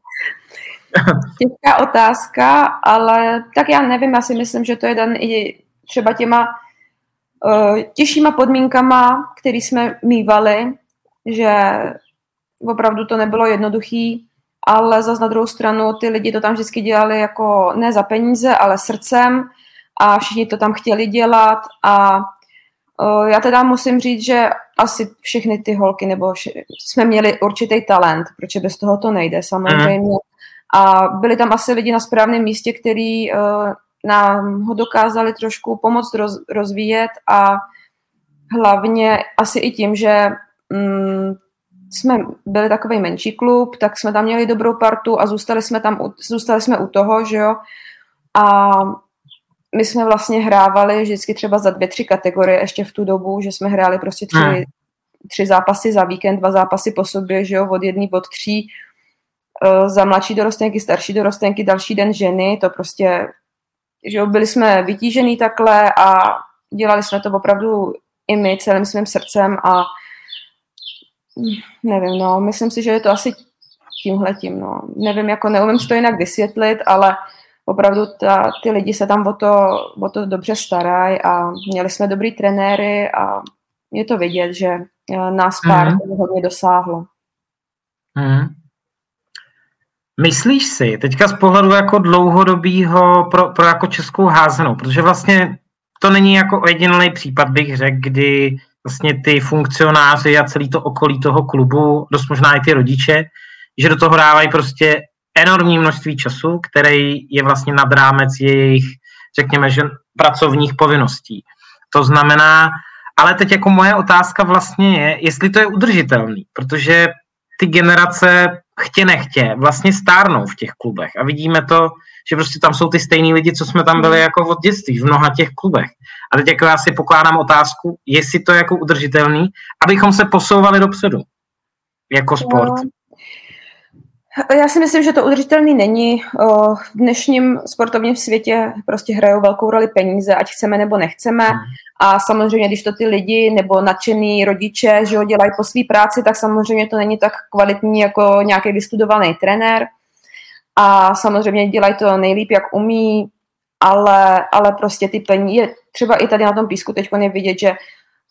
těžká otázka, ale tak já nevím, já si myslím, že to je dan i třeba těma uh, těžšíma podmínkama, který jsme mívali, že opravdu to nebylo jednoduchý, ale zase na druhou stranu ty lidi to tam vždycky dělali jako ne za peníze, ale srdcem a všichni to tam chtěli dělat a uh, já teda musím říct, že asi všechny ty holky nebo vši, jsme měli určitý talent, protože bez toho to nejde samozřejmě. A byli tam asi lidi na správném místě, který uh, nám ho dokázali trošku pomoct roz, rozvíjet a hlavně asi i tím, že um, jsme byli takový menší klub, tak jsme tam měli dobrou partu a zůstali jsme tam, zůstali jsme u toho, že jo. A my jsme vlastně hrávali vždycky třeba za dvě, tři kategorie ještě v tu dobu, že jsme hráli prostě tři, hmm. tři zápasy za víkend, dva zápasy po sobě, že jo, od jedný, od tří, uh, za mladší dorostenky, starší dorostenky, další den ženy, to prostě, že jo, byli jsme vytížený takhle a dělali jsme to opravdu i my celým svým srdcem a nevím, no, myslím si, že je to asi tímhletím, no. Nevím, jako neumím to jinak vysvětlit, ale opravdu ta, ty lidi se tam o to, o to dobře starají a měli jsme dobrý trenéry a je to vidět, že nás pár mm. hodně dosáhlo. Mm. Myslíš si, teďka z pohledu jako dlouhodobýho pro, pro jako českou házenou, protože vlastně to není jako ojedinělý případ, bych řekl, kdy vlastně ty funkcionáři a celý to okolí toho klubu, dost možná i ty rodiče, že do toho dávají prostě enormní množství času, který je vlastně nad rámec jejich, řekněme, že pracovních povinností. To znamená, ale teď jako moje otázka vlastně je, jestli to je udržitelný, protože ty generace chtě nechtě vlastně stárnou v těch klubech a vidíme to, že prostě tam jsou ty stejný lidi, co jsme tam byli jako od dětství v mnoha těch klubech. A teď jako já si pokládám otázku, jestli to je jako udržitelný, abychom se posouvali dopředu jako sport. Já si myslím, že to udržitelný není. V dnešním sportovním světě prostě hrajou velkou roli peníze, ať chceme nebo nechceme. A samozřejmě, když to ty lidi nebo nadšený rodiče, že ho dělají po své práci, tak samozřejmě to není tak kvalitní jako nějaký vystudovaný trenér. A samozřejmě dělají to nejlíp, jak umí, ale, ale prostě ty peníze, třeba i tady na tom Písku teď je vidět, že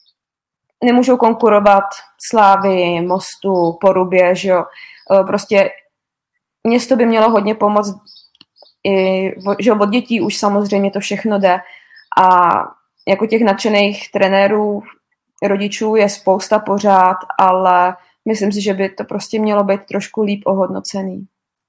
nemůžou konkurovat Slávy, Mostu, Porubě, že jo. Prostě město by mělo hodně pomoct, i, že od dětí už samozřejmě to všechno jde a jako těch nadšených trenérů, rodičů je spousta pořád, ale myslím si, že by to prostě mělo být trošku líp ohodnocený.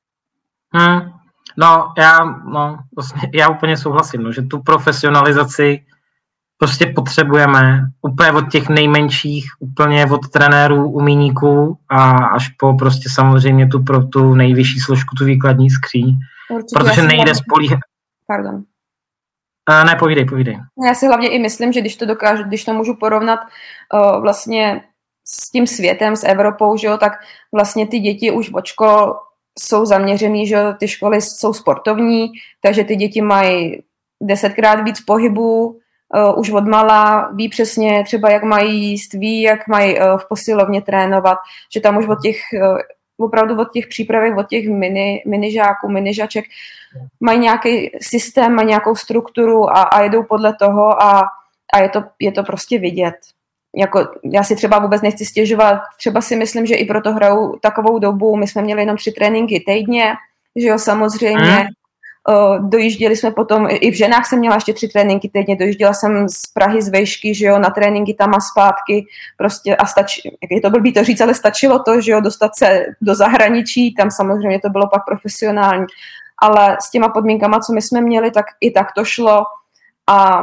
Hmm. No, já, no, vlastně, já úplně souhlasím, no, že tu profesionalizaci prostě potřebujeme úplně od těch nejmenších, úplně od trenérů, umíníků a až po prostě samozřejmě tu pro tu nejvyšší složku, tu výkladní skříň. Určitě, protože nejde spolíhat. Pardon. Uh, ne, povídej, povídej. Já si hlavně i myslím, že když to dokážu, když to můžu porovnat uh, vlastně s tím světem, s Evropou, že jo, tak vlastně ty děti už od škol jsou zaměřený, že jo, ty školy jsou sportovní, takže ty děti mají desetkrát víc pohybů, Uh, už odmala, ví přesně třeba, jak mají jíst, ví, jak mají uh, v posilovně trénovat, že tam už od těch, uh, opravdu od těch přípravek, od těch mini, minižáků, minižaček mají nějaký systém, mají nějakou strukturu a, a jedou podle toho a, a je, to, je to prostě vidět. Jako, já si třeba vůbec nechci stěžovat, třeba si myslím, že i proto hraju takovou dobu, my jsme měli jenom tři tréninky týdně, že jo, samozřejmě, hmm. Uh, dojížděli jsme potom, i v ženách jsem měla ještě tři tréninky týdně, dojížděla jsem z Prahy z Vejšky, že jo, na tréninky tam a zpátky, prostě a stačí, je to blbý to říct, ale stačilo to, že jo, dostat se do zahraničí, tam samozřejmě to bylo pak profesionální, ale s těma podmínkama, co my jsme měli, tak i tak to šlo a,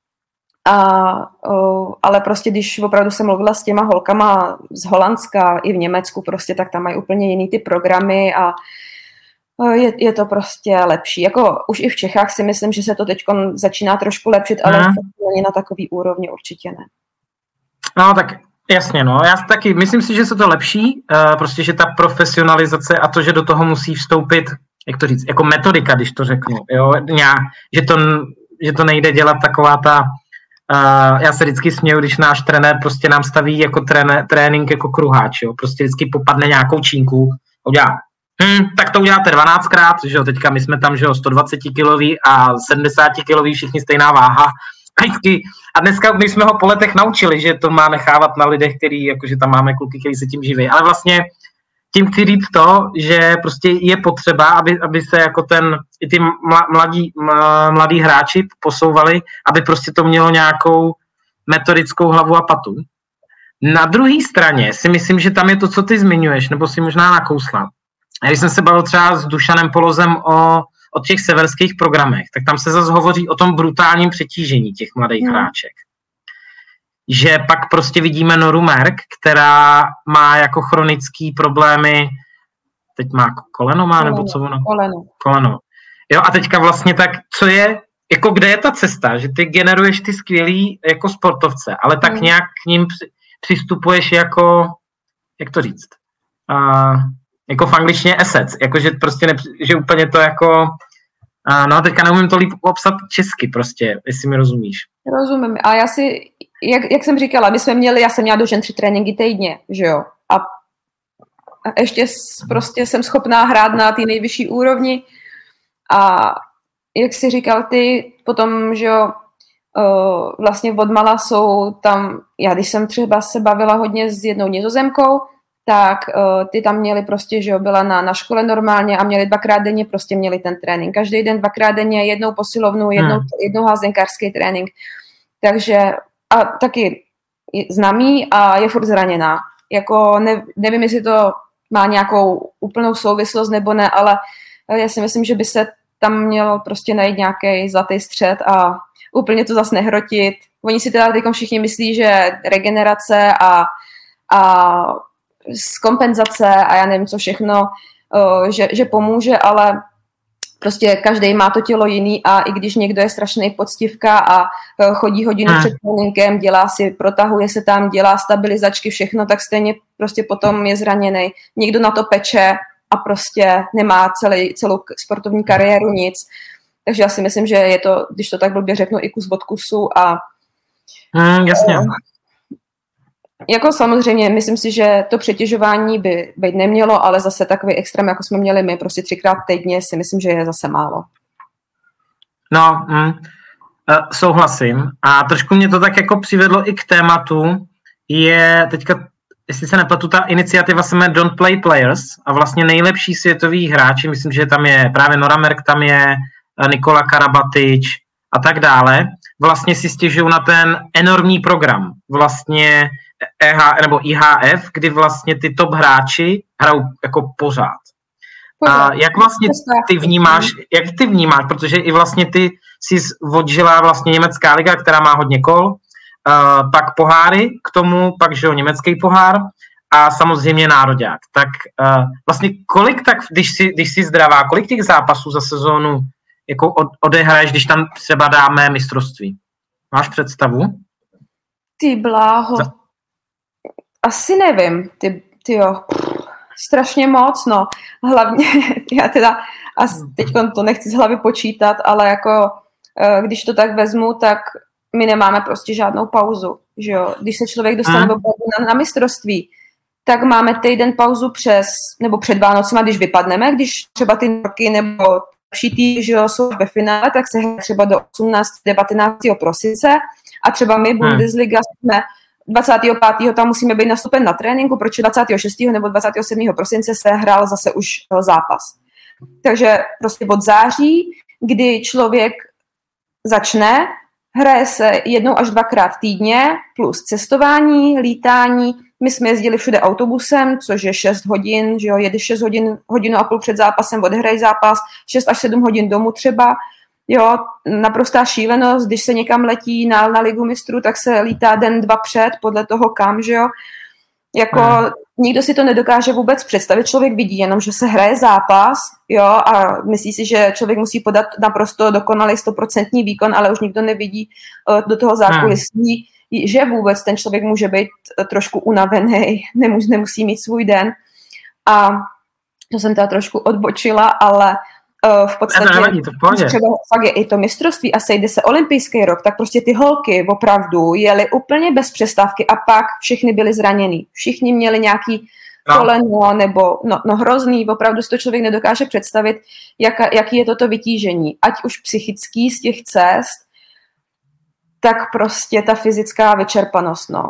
a uh, ale prostě když opravdu jsem mluvila s těma holkama z Holandska i v Německu prostě, tak tam mají úplně jiný ty programy a Je, je to prostě lepší. Jako už i v Čechách si myslím, že se to teď začíná trošku lepšit, ale hmm. není na takový úrovni určitě ne. No tak jasně, no. Já taky myslím si, že se to lepší, uh, prostě, že ta profesionalizace a to, že do toho musí vstoupit, jak to říct, jako metodika, když to řeknu, jo, nějak, že to, že to nejde dělat taková ta, uh, já se vždycky směju, když náš trenér prostě nám staví jako tréne, trénink jako kruháč, jo, prostě vždycky popadne nějakou čínku, udělá. Hmm, tak to uděláte dvanáctkrát, že jo, teďka my jsme tam, že jo, sto dvacet kilový a sedmdesát kilový, všichni stejná váha. A dneska my jsme ho po letech naučili, že to má nechávat na lidech, který, jakože tam máme kluky, který se tím živí. Ale vlastně tím chci říct to, že prostě je potřeba, aby, aby se jako ten, i ty mladí, mladí hráči posouvali, aby prostě to mělo nějakou metodickou hlavu a patu. Na druhé straně si myslím, že tam je to, co ty zmiňuješ, nebo si možná nakousla. Když jsem se bavil třeba s Dušanem Polozem o, o těch severských programech, tak tam se zase hovoří o tom brutálním přetížení těch mladých hmm. hráček. Že pak prostě vidíme Noru Merk, která má jako chronický problémy, teď má koleno má, koleno, nebo co ono? Koleno. Koleno. Jo, a teďka vlastně tak, co je, jako kde je ta cesta, že ty generuješ ty skvělý jako sportovce, ale tak hmm. nějak k ním při, přistupuješ jako, jak to říct, uh, jako v angličtině assets, jakože prostě ne, že úplně to jako, uh, no teďka neumím to líp obsat česky prostě, jestli mi rozumíš. Rozumím. A já si, jak, jak jsem říkala, my jsme měli, já jsem měla do žen tři tréninky týdně, že jo. A, a ještě prostě jsem schopná hrát na té nejvyšší úrovni. A jak jsi říkal ty, potom, že jo, uh, vlastně odmala jsou tam, já když jsem třeba se bavila hodně s jednou Nizozemkou, tak uh, ty tam měli prostě, že jo, byla na, na škole normálně a měli dvakrát denně, prostě měli ten trénink. Každý den dvakrát denně, jednou posilovnu, jednou, hmm. jednou házenkářský trénink. Takže a taky známý a je furt zraněná. Jako ne, nevím, jestli to má nějakou úplnou souvislost nebo ne, ale já si myslím, že by se tam měl prostě najít nějaký zlatý střed a úplně to zase nehrotit. Oni si teda teď všichni myslí, že regenerace a, a z kompenzace a já nevím co všechno, že, že pomůže, ale prostě každý má to tělo jiný a i když někdo je strašný poctivka a chodí hodinu hmm. před tréninkem, dělá si, protahuje se tam, dělá stabilizačky, všechno, tak stejně prostě potom je zraněný. Někdo na to peče a prostě nemá celý, celou sportovní kariéru, nic. Takže já si myslím, že je to, když to tak blbě řeknu, i kus od kusu a mm, jasně. Jako samozřejmě, myslím si, že to přetěžování by být nemělo, ale zase takový extrém, jako jsme měli my, prostě třikrát týdně, si myslím, že je zase málo. No, mm, souhlasím. A trošku mě to tak jako přivedlo i k tématu, je teďka, jestli se nepletu, ta iniciativa se jmenuje Don't Play Players a vlastně nejlepší světoví hráči, myslím, že tam je právě Nora Merk, tam je Nikola Karabatič a tak dále, vlastně si stěžují na ten enormní program, vlastně E H, nebo I H F, kdy vlastně ty top hráči hrajou jako pořád. A jak vlastně ty vnímáš, jak ty vnímáš, protože i vlastně ty jsi odžila vlastně německá liga, která má hodně kol, uh, pak poháry k tomu, pak že jo, německý pohár a samozřejmě nároďák. Tak uh, vlastně kolik tak, když jsi, když jsi zdravá, kolik těch zápasů za sezónu jako od, odehraješ, když tam třeba dáme mistrovství? Máš představu? Ty bláho. Za... Asi nevím, ty, ty jo. Strašně moc, no. Hlavně, já teda, a teď to nechci z hlavy počítat, ale jako, když to tak vezmu, tak my nemáme prostě žádnou pauzu, že jo. Když se člověk dostane na, na mistrovství, tak máme týden pauzu přes, nebo před Vánocima, když vypadneme, když třeba ty roky nebo lepší že jo, jsou ve finále, tak se hraje třeba do osmnáctého devatenáctého prosince a třeba my Bundesliga jsme dvacátého pátého tam musíme být nastupen na tréninku, protože dvacátého šestého nebo dvacátého sedmého prosince se hrál zase už zápas. Takže prostě od září, kdy člověk začne, hraje se jednou až dvakrát týdně, plus cestování, lítání. My jsme jezdili všude autobusem, což je šest hodin, že jo, jede šest hodin, hodinu a půl před zápasem, odehrají zápas, šest až sedm hodin domů třeba. Jo, naprostá šílenost, když se někam letí na, na ligu mistrů, tak se lítá den, dva před, podle toho kam, že jo. Jako hmm. nikdo si to nedokáže vůbec představit, člověk vidí jenom, že se hraje zápas, jo, a myslí si, že člověk musí podat naprosto dokonalý stoprocentní výkon, ale už nikdo nevidí uh, do toho zákulisí, hmm. že vůbec ten člověk může být trošku unavený, nemusí, nemusí mít svůj den. A to jsem teda trošku odbočila, ale v podstatě nevadí, to třeba fakt je i to mistrovství a sejde se olympijský rok, tak prostě ty holky opravdu jeli úplně bez přestávky a pak všechny byly zraněný. Všichni měli nějaký no. koleno nebo no, no hrozný, opravdu si to člověk nedokáže představit, jak, jaký je toto vytížení. Ať už psychický z těch cest, tak prostě ta fyzická vyčerpanost, no.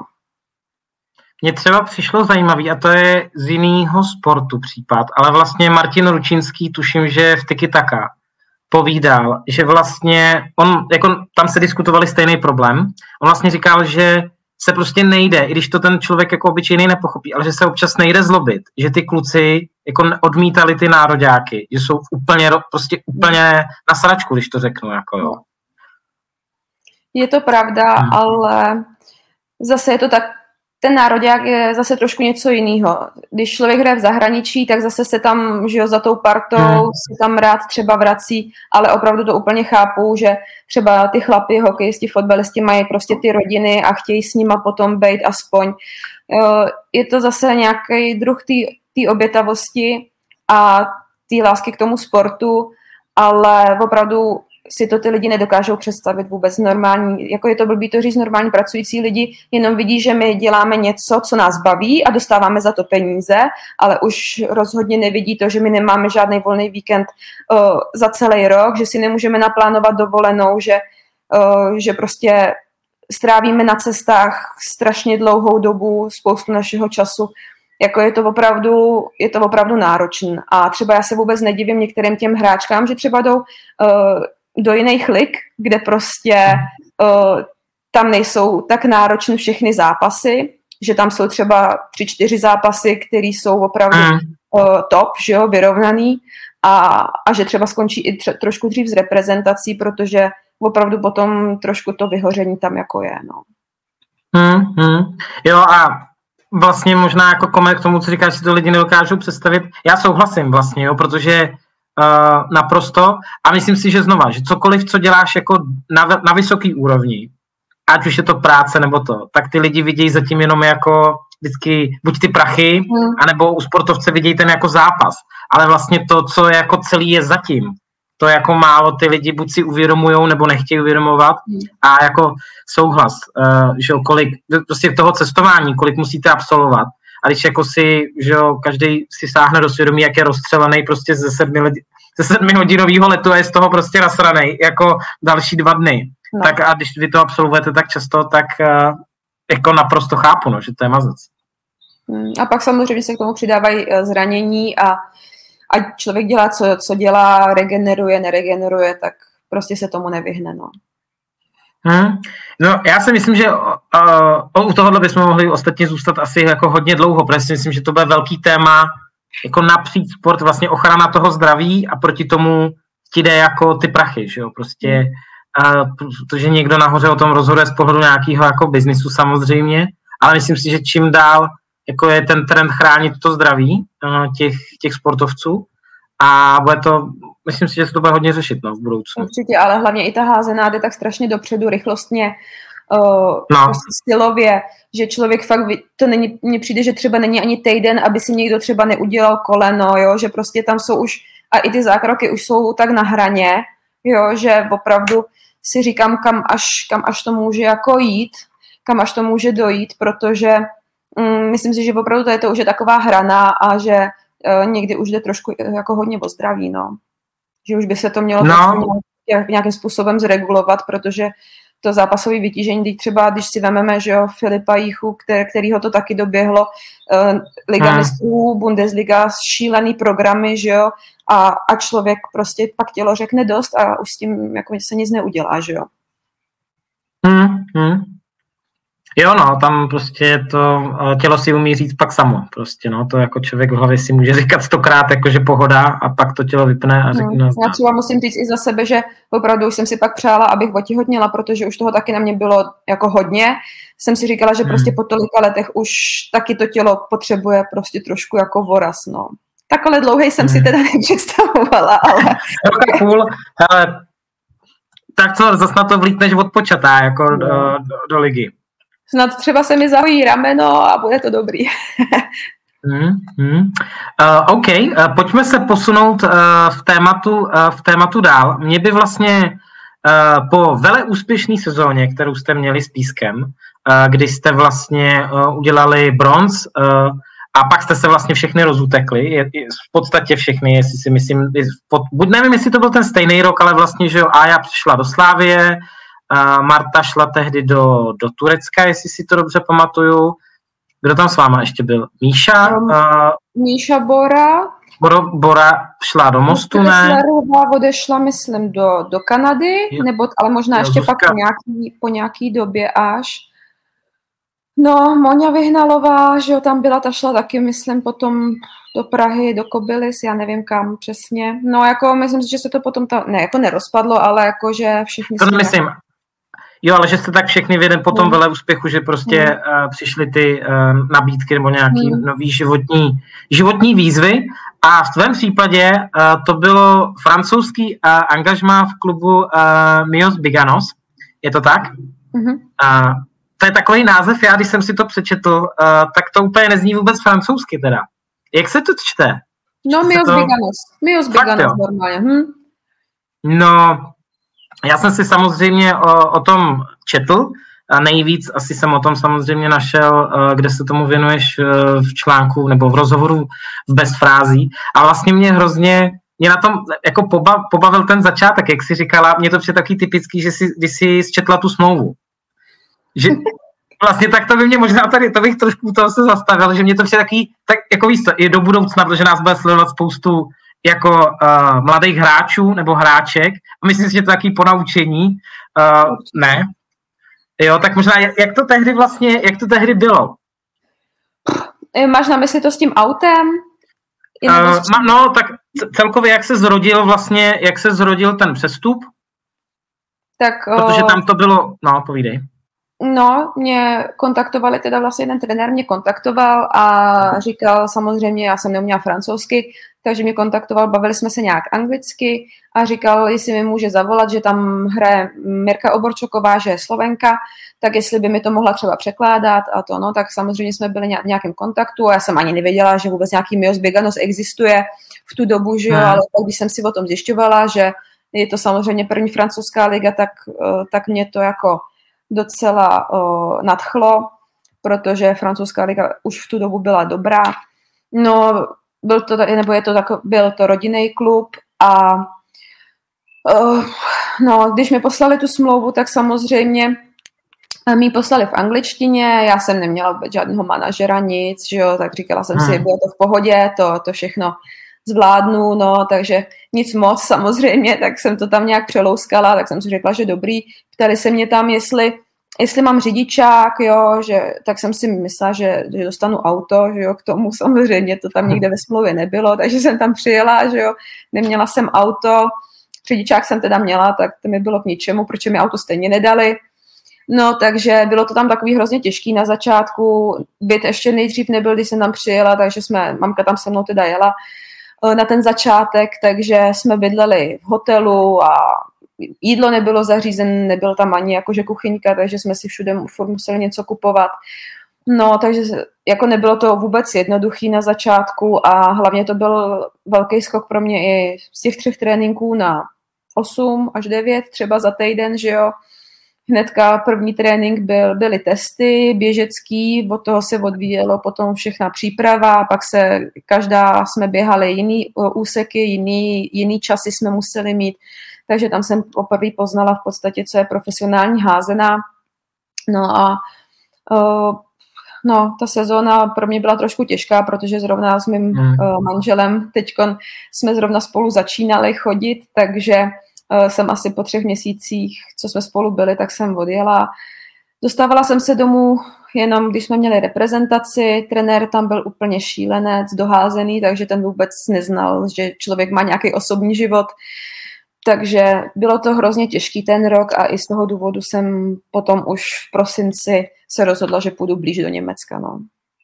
Mně třeba přišlo zajímavý, a to je z jiného sportu případ, ale vlastně Martin Ručinský, tuším, že v Tiki Taka povídal, že vlastně on, jako tam se diskutovali stejný problém, on vlastně říkal, že se prostě nejde, i když to ten člověk jako obyčejný nepochopí, ale že se občas nejde zlobit, že ty kluci jako odmítali ty nároďáky, že jsou úplně, prostě úplně na sračku, když to řeknu, jako jo. Je to pravda, hmm. ale zase je to tak, ten nároďák je zase trošku něco jiného. Když člověk hraje v zahraničí, tak zase se tam, že jo, za tou partou hmm. se tam rád třeba vrací, ale opravdu to úplně chápu, že třeba ty chlapi, hokejisti, fotbalisti mají prostě ty rodiny a chtějí s nima potom bejt aspoň. Je to zase nějaký druh té obětavosti a té lásky k tomu sportu, ale opravdu si to ty lidi nedokážou představit vůbec normální, jako je to blbý to říct, normální pracující lidi jenom vidí, že my děláme něco, co nás baví a dostáváme za to peníze, ale už rozhodně nevidí to, že my nemáme žádný volný víkend uh, za celý rok, že si nemůžeme naplánovat dovolenou, že, uh, že prostě strávíme na cestách strašně dlouhou dobu, spoustu našeho času. Jako je to opravdu, je to opravdu náročné. A třeba já se vůbec nedivím některým těm hráčkám, že třeba jdou uh, do jiných lig, kde prostě uh, tam nejsou tak náročné všechny zápasy, že tam jsou třeba tři, čtyři zápasy, které jsou opravdu uh, top, že jo, vyrovnaný a, a že třeba skončí i tře- trošku dřív s reprezentací, protože opravdu potom trošku to vyhoření tam jako je, no. Hmm, hmm. Jo a vlastně možná jako koment k tomu, co říkáš, si to lidi nedokážou představit. Já souhlasím vlastně, jo, protože uh, naprosto a myslím si, že znova, že cokoliv, co děláš jako na, na vysoký úrovni, ať už je to práce nebo to, tak ty lidi vidějí zatím jenom jako vždycky buď ty prachy, hmm. anebo u sportovce vidějí ten jako zápas. Ale vlastně to, co je jako celý je zatím, to jako málo ty lidi buď si uvědomujou, nebo nechtějí uvědomovat. Hmm. A jako souhlas, uh, že jo, kolik, prostě toho cestování, kolik musíte absolvovat. A když jako si, že jo, každý si sáhne do svědomí, jak je rozstřelený prostě ze sedmi, lidi, ze sedmi hodinového letu a je z toho prostě nasranej, jako další dva dny. No. Tak a když vy to absolvujete tak často, tak uh, jako naprosto chápu, no, že to je mazec. Hmm. A pak samozřejmě se k tomu přidávají zranění a ať člověk dělá, co, co dělá, regeneruje, neregeneruje, tak prostě se tomu nevyhne, no. Hmm. No, já si myslím, že uh, u tohohle bychom mohli ostatně zůstat asi jako hodně dlouho, protože si myslím, že to bude velký téma jako napříč sport, vlastně ochrana toho zdraví a proti tomu ti jde jako ty prachy, že jo, prostě, uh, protože někdo nahoře o tom rozhoduje z pohledu nějakého jako biznisu samozřejmě, ale myslím si, že čím dál jako je ten trend chránit to zdraví uh, těch, těch sportovců a bude to, myslím si, že se to bude hodně řešit, no, v budoucnu. Určitě, ale hlavně i ta házená jde tak strašně dopředu, rychlostně, uh, no. stylově, že člověk fakt, to není, mně přijde, že třeba není ani týden, aby si někdo třeba neudělal koleno, jo, že prostě tam jsou už, a i ty zákroky už jsou tak na hraně, jo, že opravdu si říkám, kam až, kam až to může jako jít, kam až to může dojít, protože um, myslím si, že opravdu to je to už je taková hrana a že uh, někdy už jde trošku jako hodně o zdraví, no. Že už by se to mělo no. nějakým způsobem zregulovat, protože to zápasové vytížení, když třeba, když si vememe, že jo, Filipa Jíchu, který, kterýho to taky doběhlo, uh, Liga hmm. mistrů, Bundesliga, šílený programy, že jo, a, a člověk prostě pak tělo řekne dost a už s tím jako se nic neudělá, že jo. Hmm, hmm. Jo, no, tam prostě to tělo si umí říct pak samo, prostě, no, to jako člověk v hlavě si může říkat stokrát, jakože pohoda a pak to tělo vypne a řekne. Hmm. Já třeba musím říct i za sebe, že opravdu už jsem si pak přála, abych otěhotněla, protože už toho taky na mě bylo jako hodně. Jsem si říkala, že hmm. prostě po tolika letech už taky to tělo potřebuje prostě trošku jako voraz, no. Takhle dlouhej jsem hmm. si teda nepředstavovala, ale... Roka půl, ale tak co, zase na to vlítneš odpočatá, jako do, do, do ligy. Snad třeba se mi zahojí rameno a bude to dobrý. hmm, hmm. Uh, OK, uh, pojďme se posunout uh, v, tématu, uh, v tématu dál. Mě by vlastně uh, po veleúspěšné sezóně, kterou jste měli s Pískem, uh, kdy jste vlastně uh, udělali bronz uh, a pak jste se vlastně všechny rozutekli, je, je, v podstatě všechny, jestli si myslím, pod, buď nevím, jestli to byl ten stejný rok, ale vlastně, že jo, Aja přišla do Slávie, Uh, Marta šla tehdy do, do Turecka, jestli si to dobře pamatuju. Kdo tam s váma ještě byl? Míša? Um, uh, Míša Bora. Bora, Bora šla do Mostu, ne? Šlerová odešla, myslím, do, do Kanady, jo. nebo, ale možná jo, ještě Zuzka. Pak po nějaký, po nějaký době až. No, Moňa Vyhnalová, že jo, tam byla, ta šla taky, myslím, potom do Prahy, do Kobylis, já nevím kam přesně. No, jako myslím si, že se to potom tam, ne, jako nerozpadlo, ale jako, že všichni... To myslím. Jo, ale že jste tak všechny v jeden potom vele úspěchu, že prostě mm. uh, přišly ty uh, nabídky nebo nějaký mm. nový životní, životní výzvy a v tvém případě uh, to bylo francouzský uh, angažmá v klubu uh, Mios Biganos. Je to tak? Mm-hmm. Uh, to je takový název, já když jsem si to přečetl, uh, tak to úplně nezní vůbec francouzsky teda. Jak se to čte? No, Mios to... Biganos. Mios Biganos normálně. Hm? No... Já jsem si samozřejmě o, o tom četl a nejvíc asi jsem o tom samozřejmě našel, kde se tomu věnuješ v článku nebo v rozhovoru v Bez frází. A vlastně mě hrozně, mě na tom jako pobav, pobavil ten začátek, jak jsi říkala, mě to přijde taky typický, že si, když jsi zčetla tu smlouvu. Že vlastně tak to by mě možná tady, to bych trošku toho se zastavil, že mě to přijde taky, tak jako víš co, je do budoucna, protože nás bude sledovat spoustu jako uh, mladých hráčů nebo hráček. A myslím si, že to je takový ponaučení. Uh, ne. Jo, tak možná, jak to tehdy vlastně, jak to tehdy bylo? Máš na mysli to s tím autem? Uh, no, tak celkově, jak se zrodil vlastně, jak se zrodil ten přestup? Tak, Protože tam to bylo, no, povídej. No, mě kontaktovali, teda vlastně ten trenér mě kontaktoval a říkal samozřejmě, já jsem neuměla francouzsky, takže mě kontaktoval, bavili jsme se nějak anglicky a říkal, jestli mi může zavolat, že tam hraje Mirka Oborčoková, že je Slovenka, tak jestli by mi to mohla třeba překládat a to, no, tak samozřejmě jsme byli v nějakém kontaktu a já jsem ani nevěděla, že vůbec nějaký Mios Biganos existuje v tu dobu, že jo, ale když jsem si o tom zjišťovala, že je to samozřejmě první francouzská liga, tak, tak mě to jako docela uh, nadchlo, protože francouzská liga už v tu dobu byla dobrá. No, byl to, nebo je to tak, byl to rodinný klub a uh, no, když mi poslali tu smlouvu, tak samozřejmě mi ji poslali v angličtině, já jsem neměla vůbec žádného manažera, nic, že jo, tak říkala jsem hmm. si, bylo to v pohodě, to, to všechno zvládnu, no, takže nic moc samozřejmě, tak jsem to tam nějak přelouskala, tak jsem si řekla, že dobrý. Ptali se mě tam, jestli, jestli mám řidičák, jo, že, tak jsem si myslela, že, že dostanu auto, že jo, k tomu samozřejmě to tam nikde ve smlouvě nebylo, takže jsem tam přijela, že jo, neměla jsem auto, řidičák jsem teda měla, tak to mi bylo k ničemu, protože mi auto stejně nedali. No, takže bylo to tam takový hrozně těžký na začátku, byt ještě nejdřív nebyl, když jsem tam přijela, takže jsme, mamka tam se mnou teda jela na ten začátek, takže jsme bydleli v hotelu a jídlo nebylo zařízené, nebyl tam ani jakože kuchyňka, takže jsme si všude furt museli něco kupovat. No, takže jako nebylo to vůbec jednoduchý na začátku a hlavně to byl velký skok pro mě i z těch třech tréninků na osm až devět třeba za týden, že jo. Hnedka první trénink byl, byly testy běžecký, od toho se odvíjelo potom všechna příprava, pak se každá jsme běhali jiný úseky, jiný, jiný časy jsme museli mít, takže tam jsem poprvé poznala v podstatě, co je profesionální házená. No a uh, no, ta sezóna pro mě byla trošku těžká, protože zrovna s mým hmm. uh, manželem teďkon jsme zrovna spolu začínali chodit, takže jsem asi po třech měsících, co jsme spolu byli, tak jsem odjela. Dostávala jsem se domů jenom, když jsme měli reprezentaci, trenér tam byl úplně šílenec, doházený, takže ten vůbec neznal, že člověk má nějaký osobní život. Takže bylo to hrozně těžký ten rok a i z toho důvodu jsem potom už v prosinci se rozhodla, že půjdu blíž do Německa. No.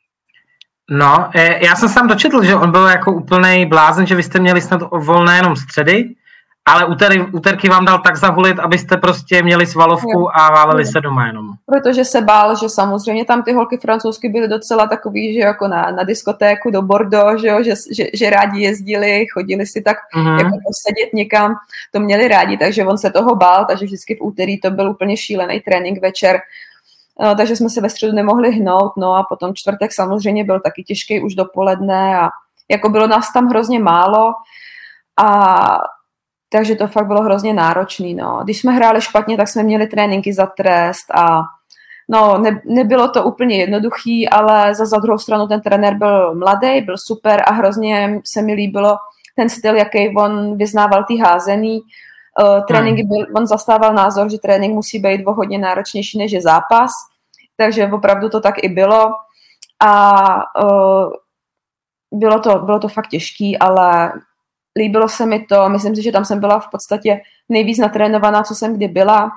No, já jsem se tam dočetl, že on byl jako úplnej blázen, že vy jste měli snad volné jenom středy, ale úterý, úterky vám dal tak zahulit, abyste prostě měli svalovku jo. a váleli jo. se doma jenom. Protože se bál, že samozřejmě tam ty holky francouzsky byly docela takový, že jako na, na diskotéku do Bordeaux, že, jo, že, že, že rádi jezdili, chodili si tak mm-hmm. jako posedět někam, to měli rádi, takže on se toho bál, takže vždycky v úterý to byl úplně šílený trénink večer, no, takže jsme se ve středu nemohli hnout, no a potom čtvrtek samozřejmě byl taky těžký už dopoledne a jako bylo nás tam hrozně málo a takže to fakt bylo hrozně náročný, no. Když jsme hráli špatně, tak jsme měli tréninky za trest a no, ne, nebylo to úplně jednoduchý, ale za, za druhou stranu ten trenér byl mladý, byl super a hrozně se mi líbilo ten styl, jaký on vyznával ty házený. Uh, tréninky byl, on zastával názor, že trénink musí být o hodně náročnější než je zápas, takže opravdu to tak i bylo a uh, bylo to, bylo to fakt těžký, ale líbilo se mi to, myslím si, že tam jsem byla v podstatě nejvíc natrénovaná, co jsem kdy byla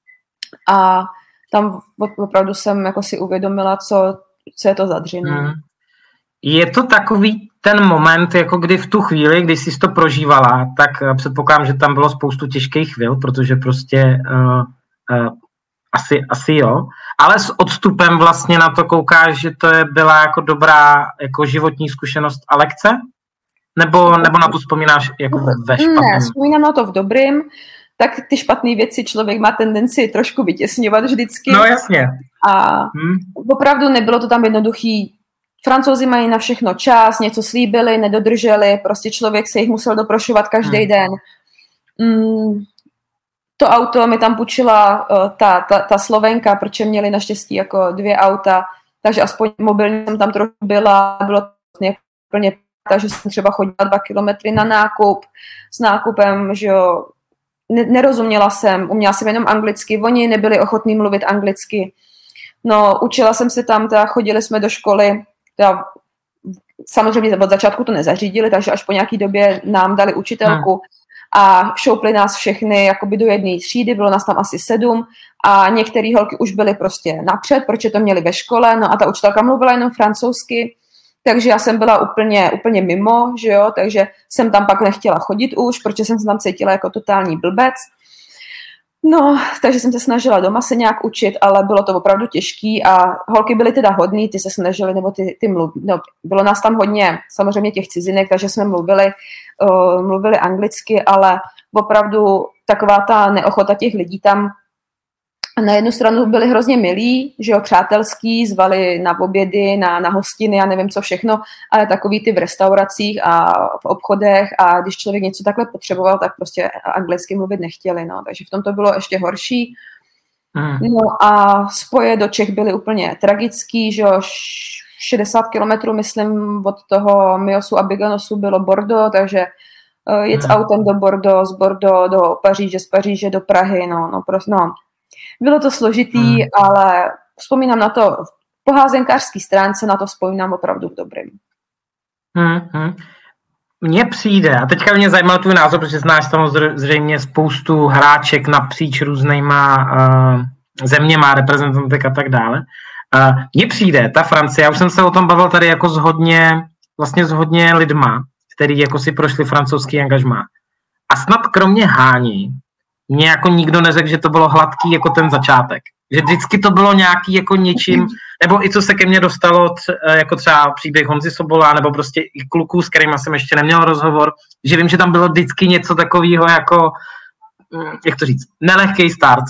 a tam opravdu jsem jako si uvědomila, co, co je to za dřinu. Hmm. Je to takový ten moment, jako kdy v tu chvíli, kdy jsi to prožívala, tak předpokládám, že tam bylo spoustu těžkých chvil, protože prostě uh, uh, asi, asi jo, ale s odstupem vlastně na to koukáš, že to je, byla jako dobrá jako životní zkušenost a lekce? Nebo, nebo na to vzpomínáš jako ve špatném? Ne, vzpomínám na to v dobrým, tak ty špatné věci člověk má tendenci trošku vytěsňovat vždycky. No jasně. A hmm. opravdu nebylo to tam jednoduchý. Francouzi mají na všechno čas, něco slíbili, nedodrželi, prostě člověk se jich musel doprošovat každý hmm. den. Mm, to auto mi tam půjčila uh, ta, ta, ta Slovenka, protože měli naštěstí jako dvě auta, takže aspoň mobilně jsem tam trochu byla, bylo to úplně, takže jsem třeba chodila dva kilometry na nákup s nákupem, že jo, nerozuměla jsem, uměla jsem jenom anglicky, oni nebyli ochotní mluvit anglicky. No, učila jsem se tam, teda chodili jsme do školy, teda samozřejmě od začátku to nezařídili, takže až po nějaký době nám dali učitelku, hmm. a šoupli nás všechny jakoby do jedné třídy, bylo nás tam asi sedm a některé holky už byly prostě napřed, protože to měli ve škole, no a ta učitelka mluvila jenom francouzsky, takže já jsem byla úplně, úplně mimo, že jo, takže jsem tam pak nechtěla chodit už, protože jsem se tam cítila jako totální blbec. No, takže jsem se snažila doma se nějak učit, ale bylo to opravdu těžký a holky byly teda hodný, ty se snažily, nebo ty, ty mluv, no, bylo nás tam hodně samozřejmě těch cizinek, takže jsme mluvili, uh, mluvili anglicky, ale opravdu taková ta neochota těch lidí tam. Na jednu stranu byli hrozně milí, že jo, přátelský, zvali na obědy, na, na hostiny, já nevím co všechno, ale takový ty v restauracích a v obchodech a když člověk něco takhle potřeboval, tak prostě anglicky mluvit nechtěli, no, takže v tom to bylo ještě horší. Mm. No a spoje do Čech byly úplně tragický, že jo, šedesát kilometrů, myslím, od toho Miosu a Biganosu bylo Bordeaux, takže uh, jet s autem do Bordeaux, z Bordeaux do Paříže, z Paříže do Prahy, no, no, prostě, no. Bylo to složitý, hmm. ale vzpomínám na to po házenkářské stránce, na to vzpomínám opravdu v dobrým. Hmm, hmm. Mně přijde, a teďka mě zajímal tvůj názor, protože znáš samozřejmě spoustu hráček napříč různýma uh, zeměma, reprezentantek a tak dále. Uh, mně přijde, ta Francie, já už jsem se o tom bavil tady jako s hodně, vlastně s hodně lidma, který jako si prošli francouzský angažmá. A snad kromě Hání mě jako nikdo neřekl, že to bylo hladký jako ten začátek. Že vždycky to bylo nějaký jako něčím, nebo i co se ke mně dostalo, tře, jako třeba příběh Honzy Sobola, nebo prostě i kluků, s kterýma jsem ještě neměl rozhovor, že vím, že tam bylo vždycky něco takového jako, jak to říct, nelehký start.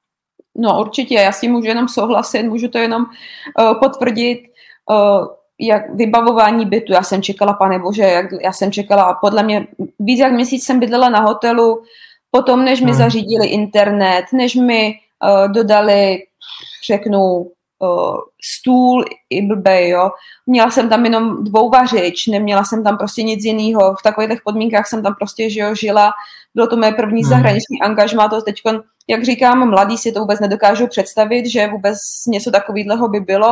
No určitě, já s tím můžu jenom souhlasit, můžu to jenom uh, potvrdit, uh, jak vybavování bytu, já jsem čekala, pane bože, jak, já jsem čekala, podle mě víc jak měsíc jsem bydlela na hotelu. Potom, než mi hmm. zařídili internet, než mi uh, dodali, řeknu, uh, stůl i blbej, jo. Měla jsem tam jenom dvouvařič, neměla jsem tam prostě nic jiného. V takových podmínkách jsem tam prostě, že jo, žila. Bylo to moje první hmm. zahraniční angažmá, to teď, jak říkám, mladí si to vůbec nedokážou představit, že vůbec něco takového by bylo.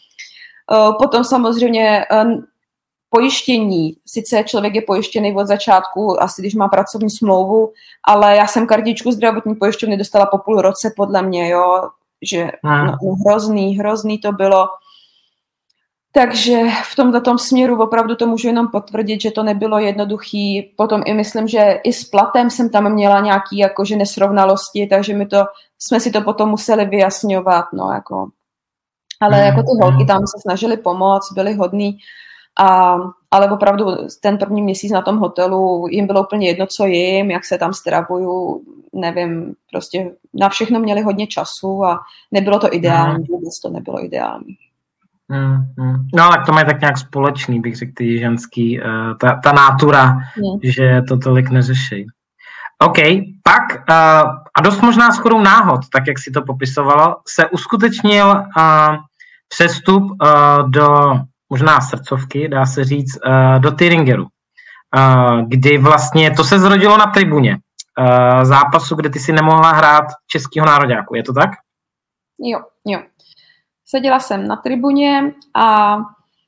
Uh, potom samozřejmě uh, pojištění. Sice člověk je pojištěný od začátku, asi když má pracovní smlouvu, ale já jsem kartičku zdravotní pojišťovny dostala po půl roce, podle mě, jo, že no, no, hrozný, hrozný to bylo. Takže v tomto směru opravdu to můžu jenom potvrdit, že to nebylo jednoduchý. Potom i myslím, že i s platem jsem tam měla nějaký jakože nesrovnalosti, takže my to, jsme si to potom museli vyjasňovat, no, jako. Ale jako ty holky tam se snažili pomoct, byly hodný. A, ale opravdu ten první měsíc na tom hotelu jim bylo úplně jedno, co jim, jak se tam stravuju, nevím, prostě na všechno měli hodně času a nebylo to ideální, mm. vůbec to nebylo ideální. Mm, mm. No ale to mají tak nějak společný, bych řekl, ty ženský, uh, ta, ta nátura, mm. že to tolik neřeší. OK, pak uh, a dost možná shodou náhod, tak jak si to popisovalo, se uskutečnil uh, přestup uh, do možná srdcovky, dá se říct, uh, do Thüringenu, uh, kdy vlastně to se zrodilo na tribuně uh, zápasu, kde ty si nemohla hrát českýho nároďáku, je to tak? Jo, jo. Seděla jsem na tribuně a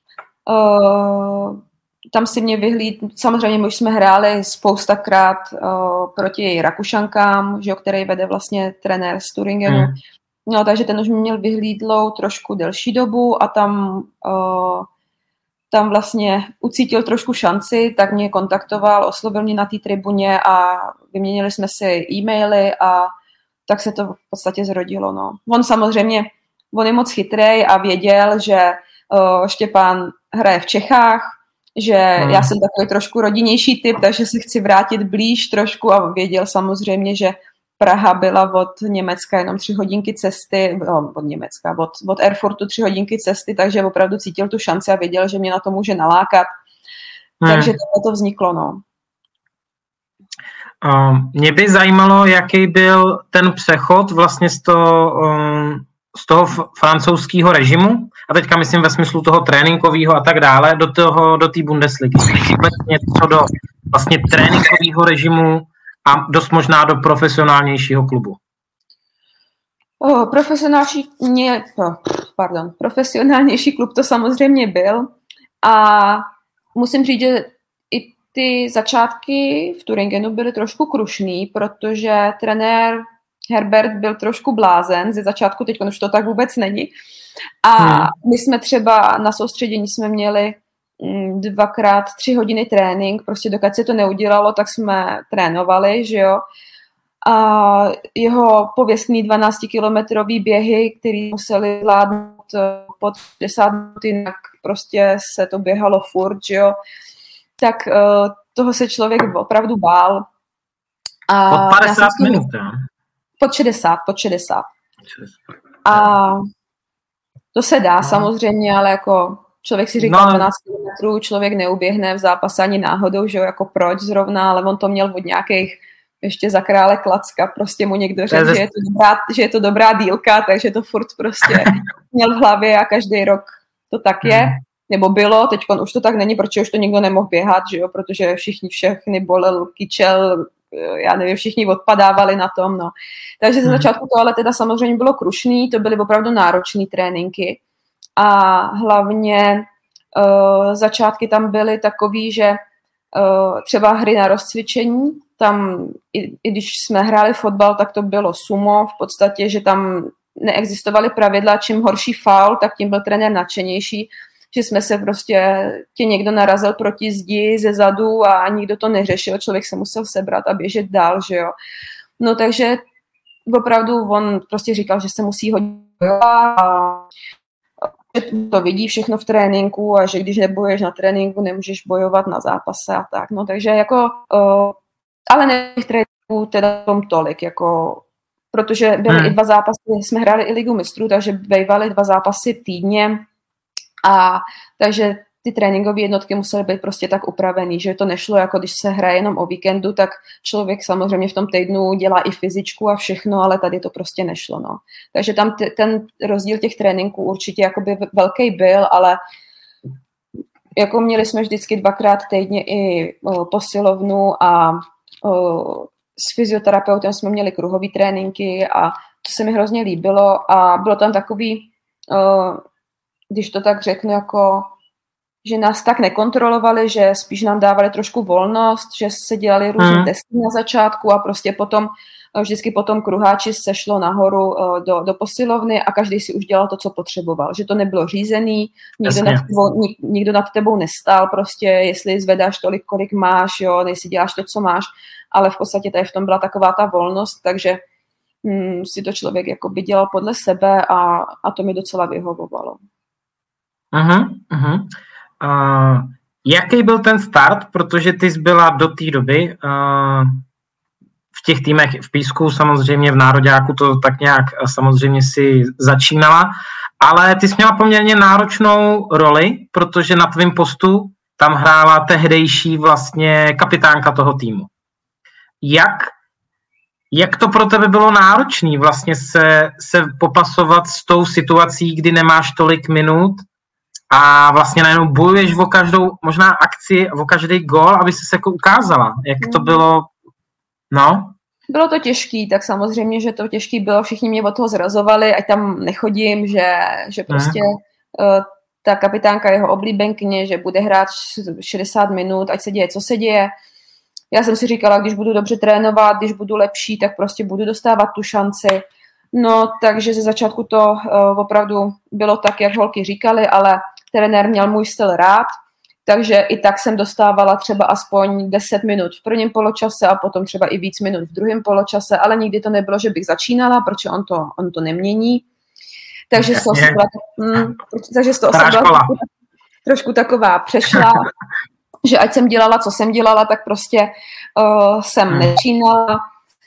uh, tam si mě vyhlíd, samozřejmě my už jsme hráli spoustakrát uh, proti Rakušankám, že, který vede vlastně trenér z Thüringenu. Hmm. No, takže ten už mě měl vyhlídlou trošku delší dobu a tam, uh, tam vlastně ucítil trošku šanci, tak mě kontaktoval, oslovil mě na té tribuně a vyměnili jsme si e-maily a tak se to v podstatě zrodilo. No. On samozřejmě, on je moc chytrej a věděl, že uh, Štěpán hraje v Čechách, že hmm. já jsem takový trošku rodinnější typ, takže se chci vrátit blíž trošku a věděl samozřejmě, že Praha byla od Německa jenom tři hodinky cesty, no, od Německa, od, od Erfurtu tři hodinky cesty, takže opravdu cítil tu šanci a věděl, že mě na to může nalákat. Hmm. Takže to, to vzniklo, no. Um, mě by zajímalo, jaký byl ten přechod vlastně z toho, um, z toho francouzského režimu, a teďka myslím ve smyslu toho tréninkového a tak dále, do toho, do té Bundesligy. Něco do vlastně tréninkového režimu a dost možná do profesionálnějšího klubu. Oh, profesionálnější, pardon, profesionálnější klub to samozřejmě byl a musím říct, že i ty začátky v Thuringenu byly trošku krušný, protože trenér Herbert byl trošku blázen, ze začátku teď už to tak vůbec není. A hmm. my jsme třeba na soustředění jsme měli dvakrát tři hodiny trénink, prostě dokud se to neudělalo, tak jsme trénovali, že jo. A jeho pověstný dvanáctikilometrový běhy, který museli zvládnout pod šedesát minut, jinak prostě se to běhalo furt, že jo. Tak uh, toho se člověk opravdu bál. A pod padesát minut, jo? Pod šedesát, pod šedesát. A to se dá no. samozřejmě, ale jako člověk si říká no. dvanáct kilometrů, člověk neuběhne v zápase ani náhodou, že jo, jako proč zrovna, ale on to měl od nějakých ještě za krále Klacka, prostě mu někdo řekl, že je to dobrá, že je to dobrá dílka, takže to furt prostě měl v hlavě a každý rok to tak je, nebo bylo, teď už to tak není, protože už to nikdo nemohl běhat, že jo, protože všichni všechny bolel kyčel, já nevím, všichni odpadávali na tom, no. Takže ze začátku to ale teda samozřejmě bylo krušný, to byly opravdu náročné tréninky a hlavně uh, začátky tam byly takový, že uh, třeba hry na rozcvičení, tam, i, i když jsme hráli fotbal, tak to bylo sumo, v podstatě, že tam neexistovaly pravidla, čím horší faul, tak tím byl trenér nadšenější, že jsme se prostě, tě někdo narazil proti zdi ze zadu a nikdo to neřešil, člověk se musel sebrat a běžet dál, že jo. No takže opravdu on prostě říkal, že se musí hodit a to vidí všechno v tréninku a že když nebojuješ na tréninku, nemůžeš bojovat na zápase a tak, no takže jako, uh, ale ne těch tréninků teda tom tolik, jako, protože byly hmm. i dva zápasy, jsme hráli i Ligu mistrů, takže bývaly dva zápasy týdně a takže ty tréninkové jednotky musely být prostě tak upravený, že to nešlo, jako když se hraje jenom o víkendu, tak člověk samozřejmě v tom týdnu dělá i fyzičku a všechno, ale tady to prostě nešlo, no. Takže tam t- ten rozdíl těch tréninků určitě jakoby velký byl, ale jako měli jsme vždycky dvakrát týdně i o, posilovnu a o, s fyzioterapeutem jsme měli kruhové tréninky a to se mi hrozně líbilo a bylo tam takový, o, když to tak řeknu, jako že nás tak nekontrolovali, že spíš nám dávali trošku volnost, že se dělali různé hmm. testy na začátku a prostě potom, vždycky potom kruháči se šlo nahoru do, do posilovny a každý si už dělal to, co potřeboval. Že to nebylo řízený, nikdo nad, tebou, nik, nikdo nad tebou nestál, prostě jestli zvedáš tolik, kolik máš, jo, nejsi děláš to, co máš, ale v podstatě tady v tom byla taková ta volnost, takže hm, si to člověk jako by dělal podle sebe a, a to mi docela vyhovovalo. Aha, aha. Uh, jaký byl ten start, protože ty jsi byla do té doby uh, v těch týmech v Písku, samozřejmě v Nároďáku to tak nějak samozřejmě si začínala, ale ty jsi měla poměrně náročnou roli, protože na tvém postu tam hrála tehdejší vlastně kapitánka toho týmu. Jak, jak to pro tebe bylo náročné vlastně se, se popasovat s tou situací, kdy nemáš tolik minut a vlastně najednou bojuješ o každou možná akci, o každý gól, aby jsi se jako ukázala. Jak to bylo, no? Bylo to těžký, tak samozřejmě, že to těžký bylo, všichni mě od toho zrazovali, ať tam nechodím, že, že prostě uh, ta kapitánka jeho oblíbenkyně, že bude hrát šedesát minut, ať se děje, co se děje. Já jsem si říkala, když budu dobře trénovat, když budu lepší, tak prostě budu dostávat tu šanci. No, takže ze začátku to uh, opravdu bylo tak, jak holky říkali, ale trenér měl můj styl rád, takže i tak jsem dostávala třeba aspoň deset minut v prvním poločase a potom třeba i víc minut v druhém poločase, ale nikdy to nebylo, že bych začínala, protože on to, on to nemění. Takže z toho jsem byla, mm, takže z toho jsem byla trošku, trošku taková přešla, že ať jsem dělala, co jsem dělala, tak prostě uh, jsem hmm. nečínala.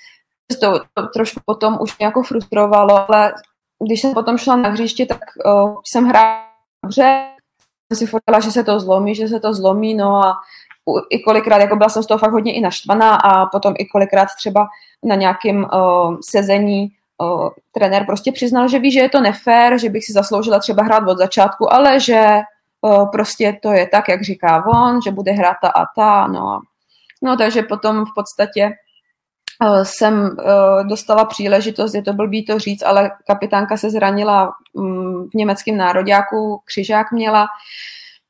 To, to trošku potom už mě jako frustrovalo, ale když jsem potom šla na hřiště, tak uh, jsem hrála dobře, jsem si fotila, že se to zlomí, že se to zlomí, no a i kolikrát, jako byla jsem z toho fakt hodně i naštvaná a potom i kolikrát třeba na nějakém uh, sezení uh, trenér prostě přiznal, že ví, že je to nefér, že bych si zasloužila třeba hrát od začátku, ale že uh, prostě to je tak, jak říká on, že bude hrát ta a ta, no. No takže potom v podstatě uh, jsem uh, dostala příležitost, je to blbý to říct, ale kapitánka se zranila um, v německém nároďáku, křižák měla,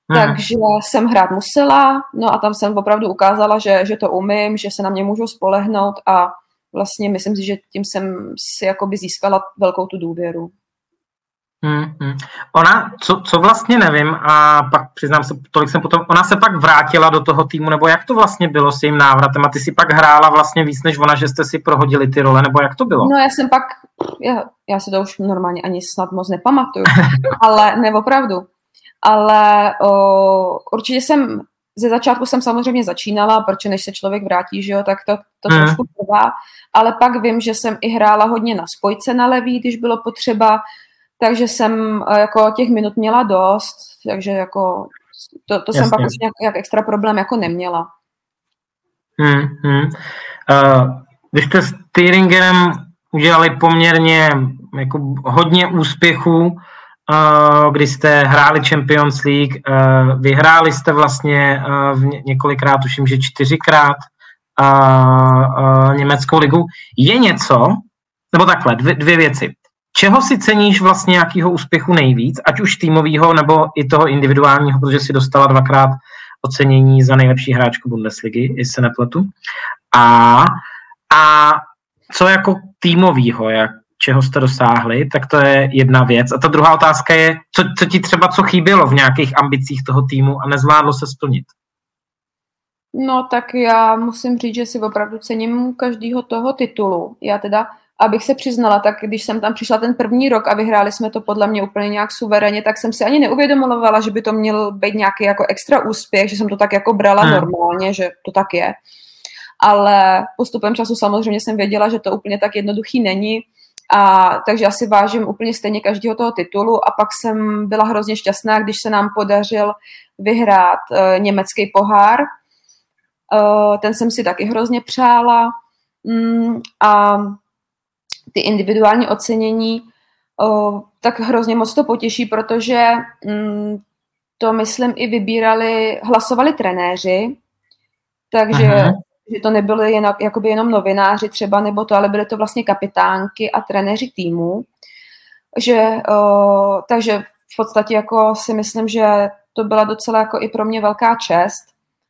Hmm. Takže jsem hrát musela, no a tam jsem opravdu ukázala, že, že to umím, že se na mě můžu spolehnout a vlastně myslím si, že tím jsem si jakoby získala velkou tu důvěru. Hmm, hmm. Ona, co, co vlastně nevím, a pak přiznám se, tolik jsem potom, ona se pak vrátila do toho týmu, nebo jak to vlastně bylo s jejím návratem a ty si pak hrála vlastně víc než ona, že jste si prohodili ty role, nebo jak to bylo? No já jsem pak, já, já si to už normálně ani snad moc nepamatuju, ale ne opravdu, ale o, určitě jsem, ze začátku jsem samozřejmě začínala, protože než se člověk vrátí, že jo, tak to, to hmm. trošku trvá, ale pak vím, že jsem i hrála hodně na spojce na levý, když bylo potřeba. Takže jsem jako těch minut měla dost, takže jako to, to jsem pak už nějak, nějak extra problém jako neměla. Hmm, hmm. Uh, vy jste s Thüringerem udělali poměrně jako hodně úspěchů, uh, kdy jste hráli Champions League, uh, vyhráli jste vlastně uh, v ně, několikrát, tuším, že čtyřikrát uh, uh, německou ligu. Je něco, nebo takhle, dvě, dvě věci. Čeho si ceníš vlastně nějakého úspěchu nejvíc, ať už týmového nebo i toho individuálního, protože si dostala dvakrát ocenění za nejlepší hráčku Bundesligy, jestli se nepletu. A, a co jako týmovýho, jak, čeho jste dosáhli, tak to je jedna věc. A ta druhá otázka je, co, co ti třeba co chybělo v nějakých ambicích toho týmu a nezvládlo se splnit? No tak já musím říct, že si opravdu cením každého toho titulu. Já teda abych se přiznala, tak když jsem tam přišla ten první rok a vyhráli jsme to podle mě úplně nějak suverénně, tak jsem si ani neuvědomovala, že by to měl být nějaký jako extra úspěch, že jsem to tak jako brala hmm. normálně, že to tak je. Ale postupem času samozřejmě jsem věděla, že to úplně tak jednoduchý není. A takže asi vážím úplně stejně každého toho titulu a pak jsem byla hrozně šťastná, když se nám podařil vyhrát uh, německý pohár. Uh, ten jsem si taky hrozně přála. Mm, a ty individuální ocenění, o, tak hrozně moc to potěší, protože mm, to, myslím, i vybírali, hlasovali trenéři, takže že to nebyly jen, jakoby jenom novináři třeba, nebo to, ale byly to vlastně kapitánky a trenéři týmu. Že, o, takže v podstatě jako si myslím, že to byla docela jako i pro mě velká čest.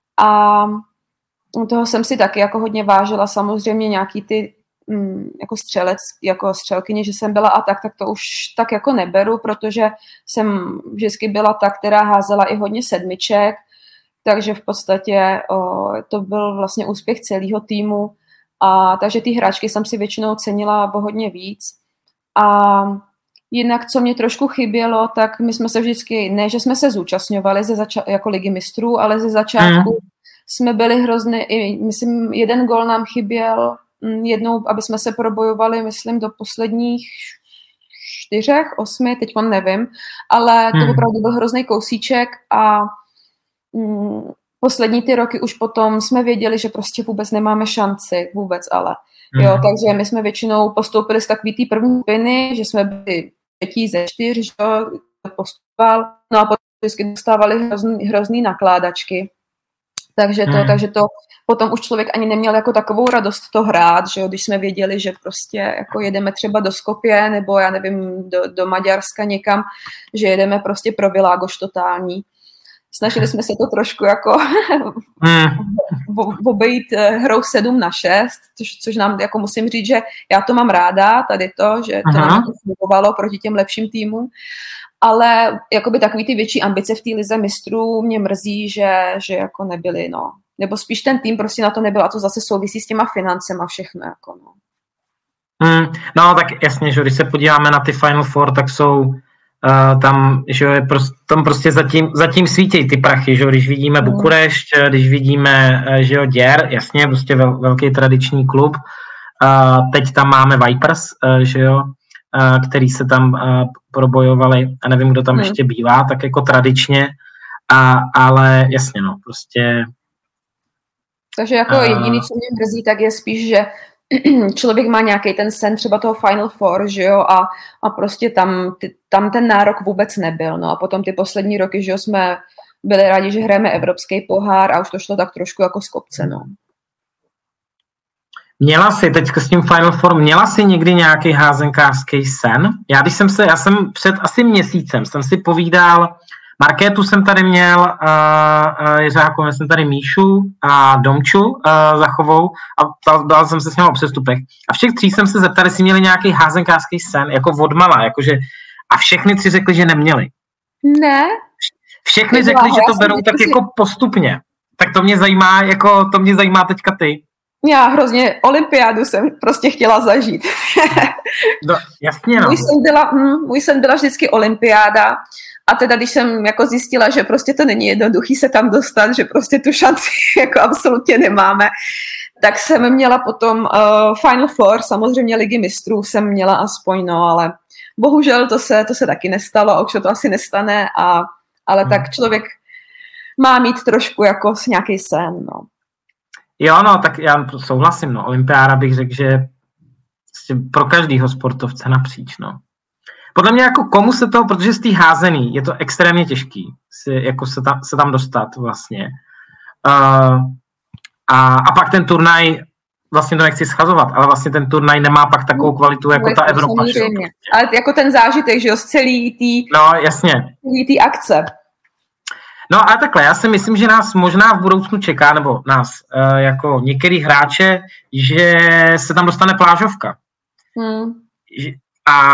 A toho jsem si taky jako hodně vážila, samozřejmě nějaký ty jako střelec, jako střelkyně, že jsem byla a tak, tak to už tak jako neberu, protože jsem vždycky byla ta, která házela i hodně sedmiček, takže v podstatě o, to byl vlastně úspěch celého týmu a takže ty hráčky jsem si většinou cenila o hodně víc a jinak, co mě trošku chybělo, tak my jsme se vždycky, ne, že jsme se zúčastňovali ze zača- jako ligy mistrů, ale ze začátku mm. jsme byli hrozně, i, myslím, jeden gól nám chyběl jednou, aby jsme se probojovali, myslím, do posledních čtyřech, osmi, teď nevím, ale to hmm. opravdu byl hrozný kousíček a mm, poslední ty roky už potom jsme věděli, že prostě vůbec nemáme šanci, vůbec ale. Hmm. Jo, takže my jsme většinou postoupili z takový té první piny, že jsme byli třetí ze čtyř, že postupoval, no a potom vždycky dostávali hrozný, hrozný nakládačky. Takže to, hmm. takže to potom už člověk ani neměl jako takovou radost to hrát, že jo, když jsme věděli, že prostě jako jedeme třeba do Skopje nebo já nevím, do, do Maďarska někam, že jedeme prostě pro Világoš totální. Snažili jsme se to trošku jako hmm. obejít hrou sedm na šest, což, což nám jako musím říct, že já to mám ráda, tady to, že to Aha. nám fungovalo proti těm lepším týmům. Ale jakoby takový ty větší ambice v té lize mistrů mě mrzí, že, že jako nebyly, no. Nebo spíš ten tým prostě na to nebyl a to zase souvisí s těma financema všechno, jako no. Hmm, no tak jasně, že když se podíváme na ty Final Four, tak jsou uh, tam, že je prost, tam prostě zatím, zatím svítějí ty prachy, že když vidíme hmm. Bukurešť, když vidíme, že jo, Děr, jasně, prostě vel, velký tradiční klub. Uh, teď tam máme Vipers, uh, že jo, uh, který se tam uh, probojovali a nevím, kdo tam hmm. ještě bývá, tak jako tradičně, a, ale jasně, no, prostě. Takže jako uh, jediný, co mě mrzí, tak je spíš, že člověk má nějaký ten sen třeba toho Final Four, že jo, a, a prostě tam, ty, tam ten nárok vůbec nebyl, no a potom ty poslední roky, že jo, jsme byli rádi, že hrajeme evropský pohár a už to šlo tak trošku jako z kopce, no. Měla jsi teď s tím Final Four, měla jsi někdy nějaký házenkářský sen? Já když jsem se, já jsem před asi měsícem jsem si povídal, Markétu jsem tady měl, uh, uh, Jiřáku, jsem tady Míšu a Domču uh, Zachovou a dal jsem se s ním o přestupech. A všech tří jsem se zeptal, jestli měli nějaký házenkářský sen, jako odmala, jakože a všechny tři řekli, že neměli. Ne. Všechny řekli, že to berou tak jako postupně. Tak to mě zajímá, jako to mě zajímá teďka ty. Já hrozně olympiádu jsem prostě chtěla zažít. No, jasně, no. Můj sen byla, hm, můj sen byla vždycky olympiáda a teda když jsem jako zjistila, že prostě to není jednoduchý se tam dostat, že prostě tu šanci jako absolutně nemáme, tak jsem měla potom uh, Final Four, samozřejmě Ligy mistrů jsem měla aspoň, no, ale bohužel to se, to se taky nestalo a už to asi nestane, a, ale hmm. tak člověk má mít trošku jako nějaký sen, no. Jo, no, tak já souhlasím, no. Olympiáda bych řekl, že pro každýho sportovce napříč, no. Podle mě jako komu se to, protože z té házený je to extrémně těžký si, jako se, tam, se tam dostat vlastně. Uh, a, a pak ten turnaj, vlastně to nechci schazovat, ale vlastně ten turnaj nemá pak takovou kvalitu jako ta Evropa. Ale jako ten zážitek, že jo, z celý tý, no, jasně. celý tý akce. No a takhle, já si myslím, že nás možná v budoucnu čeká, nebo nás, uh, jako některý hráče, že se tam dostane plážovka. Hmm. A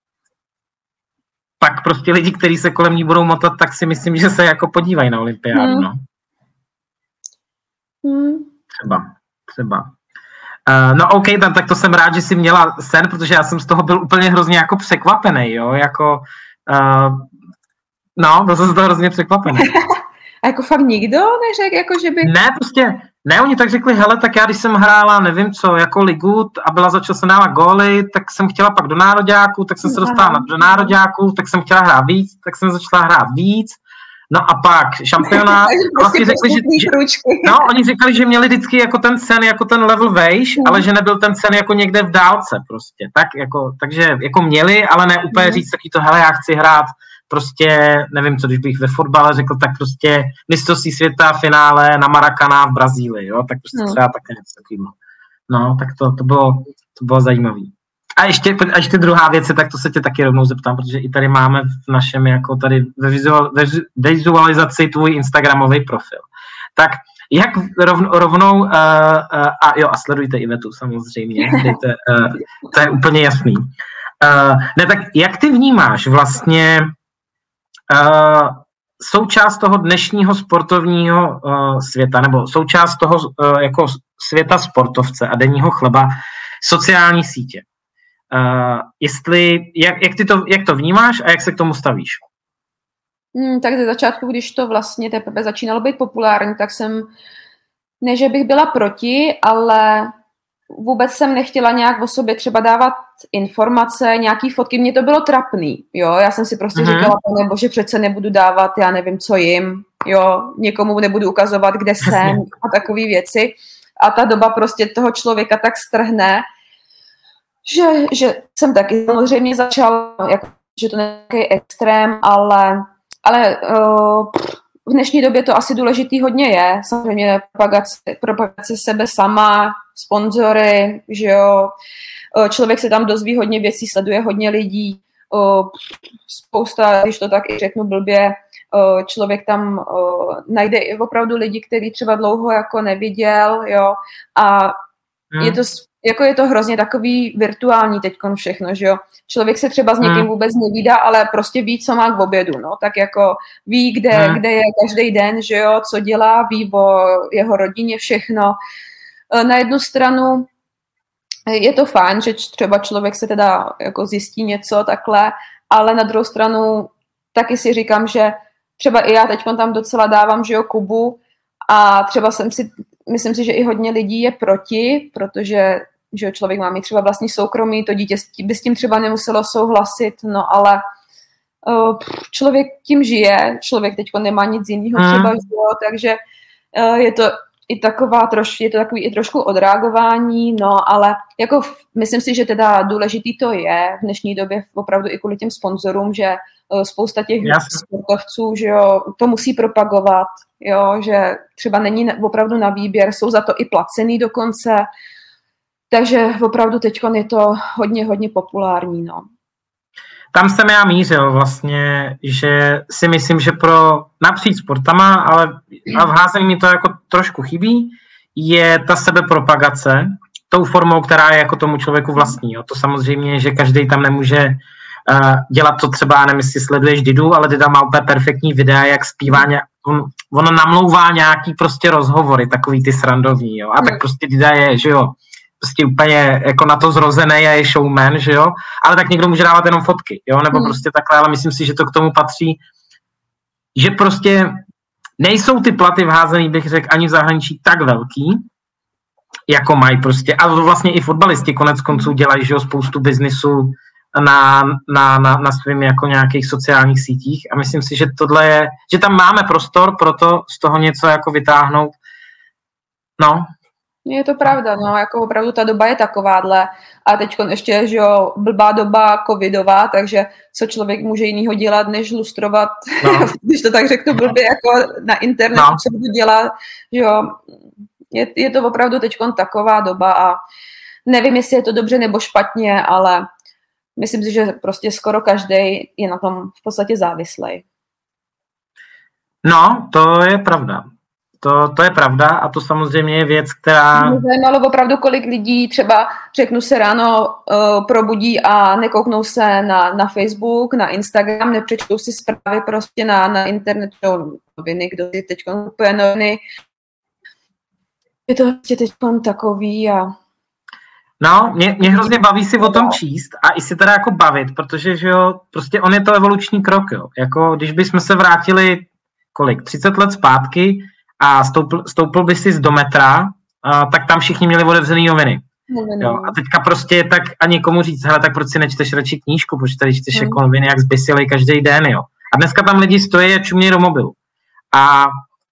pak prostě lidi, kteří se kolem ní budou motat, tak si myslím, že se jako podívají na olympiádu, hmm. no. Hmm. Třeba, třeba. Uh, no OK, tam, tak to jsem rád, že jsi měla sen, protože já jsem z toho byl úplně hrozně jako překvapený, jo, jako... Uh, No, byl jsem z toho hrozně překvapený. A jako fakt nikdo neřekl, jako že by... Ne, prostě, ne, oni tak řekli, hele, tak já když jsem hrála, nevím co, jako ligu a byla začala se dávat góly, tak jsem chtěla pak do nároďáků, tak jsem se dostala do nároďáků, tak jsem chtěla hrát víc, tak jsem začala hrát víc. No a pak šampionát, vlastně řekli, že, že no, oni říkali, že měli vždycky jako ten sen, jako ten level vejš, mm. ale že nebyl ten sen jako někde v dálce prostě, tak jako, takže jako měli, ale ne úplně mm. říct taky to, hele, já chci hrát prostě, nevím co, když bych ve fotbale řekl, tak prostě mistrovství světa, finále na Maracaná v Brazílii, jo, tak prostě třeba také něco takového. No, tak to, to bylo, to bylo zajímavý. A ještě, a ještě druhá věc, tak to se tě taky rovnou zeptám, protože i tady máme v našem, jako tady ve, vizual, ve vizualizaci tvůj instagramový profil. Tak jak rovn, rovnou, uh, uh, a jo, a sledujte Ivetu samozřejmě, dejte, uh, to je úplně jasný. Uh, ne, tak jak ty vnímáš vlastně uh, součást toho dnešního sportovního uh, světa, nebo součást toho uh, jako světa sportovce a denního chleba, sociální sítě? Uh, jestli, jak, jak, ty to, jak to vnímáš a jak se k tomu stavíš? Hmm, tak ze začátku, když to vlastně teprve začínalo být populární, tak jsem, ne, že bych byla proti, ale vůbec jsem nechtěla nějak o sobě třeba dávat informace, nějaký fotky, mně to bylo trapný, jo, já jsem si prostě mm-hmm. říkala, pane bože, přece nebudu dávat, já nevím, co jim, jo, někomu nebudu ukazovat, kde jsem a takové věci a ta doba prostě toho člověka tak strhne, že, že jsem taky samozřejmě začala, jako, že to není nějaký extrém, ale, ale uh, v dnešní době to asi důležitý hodně je. Samozřejmě propagace, propagace sebe sama, sponzory, že jo. Uh, člověk se tam dozví hodně věcí, sleduje hodně lidí, uh, spousta, když to tak i řeknu blbě, uh, člověk tam uh, najde i opravdu lidi, který třeba dlouho jako neviděl, jo, a hmm. je to jako je to hrozně takový virtuální teďkon všechno, že jo. Člověk se třeba s někým hmm. vůbec nevídá, ale prostě ví, co má k obědu, no. Tak jako ví, kde, hmm. kde je každý den, že jo, co dělá, ví o jeho rodině všechno. Na jednu stranu je to fajn, že třeba člověk se teda jako zjistí něco takhle, ale na druhou stranu taky si říkám, že třeba i já teďkon tam docela dávám, že jo, Kubu a třeba jsem si, myslím si, že i hodně lidí je proti, protože že člověk má mít třeba vlastní soukromí, to dítě by s tím třeba nemuselo souhlasit, no ale uh, člověk tím žije, člověk teďko nemá nic jiného hmm. třeba, takže uh, je to i taková troš, je to takový i trošku odreagování, no ale jako myslím si, že teda důležitý to je v dnešní době opravdu i kvůli těm sponzorům, že uh, spousta těch Jasne. sportovců, že jo, to musí propagovat, jo, že třeba není opravdu na výběr, jsou za to i placený dokonce. Takže opravdu teď je to hodně, hodně populární, no. tam jsem já mířil vlastně, že si myslím, že pro napříč sportama, ale a v házení mi to jako trošku chybí, je ta sebepropagace tou formou, která je jako tomu člověku vlastní. Jo. To samozřejmě, že každý tam nemůže uh, dělat to třeba, nevím, jestli sleduješ Didu, ale Dida má úplně perfektní videa, jak zpívá, nějak, on, on namlouvá nějaký prostě rozhovory, takový ty srandovní, jo. A tak prostě Dida je, že jo, prostě úplně jako na to zrozený a je showman, že jo, ale tak někdo může dávat jenom fotky, jo, nebo hmm. prostě takhle, ale myslím si, že to k tomu patří, že prostě nejsou ty platy v házení, bych řekl, ani v zahraničí tak velký, jako mají prostě, a vlastně i fotbalisti konec konců dělají, že jo, spoustu biznisu na, na, na, na svým jako nějakých sociálních sítích a myslím si, že tohle je, že tam máme prostor pro to z toho něco jako vytáhnout, no. Je to pravda, no, jako opravdu ta doba je takováhle a teď ještě, že jo, blbá doba covidová, takže co člověk může jinýho dělat, než lustrovat, no. Když to tak řeknu blbě, jako na internetu, no. Co budu dělat, že jo, je, je to opravdu teď taková doba a nevím, jestli je to dobře nebo špatně, ale myslím si, že prostě skoro každý je na tom v podstatě závislej. No, to je pravda. To, to je pravda a to samozřejmě je věc, která... Mě zajímalo opravdu, kolik lidí třeba, řeknu se ráno, uh, probudí a nekouknou se na, na Facebook, na Instagram, nepřečtou si zprávy prostě na, na internetu, noviny, kdo si teď kupuje noviny. Je to prostě teď takový a... No, mě, mě hrozně baví si o tom číst a i si teda jako bavit, protože že jo, prostě on je to evoluční krok, jo. Jako když bychom se vrátili, kolik, třicet let zpátky, a stoupl, stoupl by si z dometra, a, tak tam všichni měli otevřený noviny. Jo, a teďka prostě tak a někomu říct, hele, tak proč si nečteš radši knížku, protože tady čteš hmm. jako noviny, jak zběsilej každý den, jo. A dneska tam lidi stojí a čumějí do mobilu. A,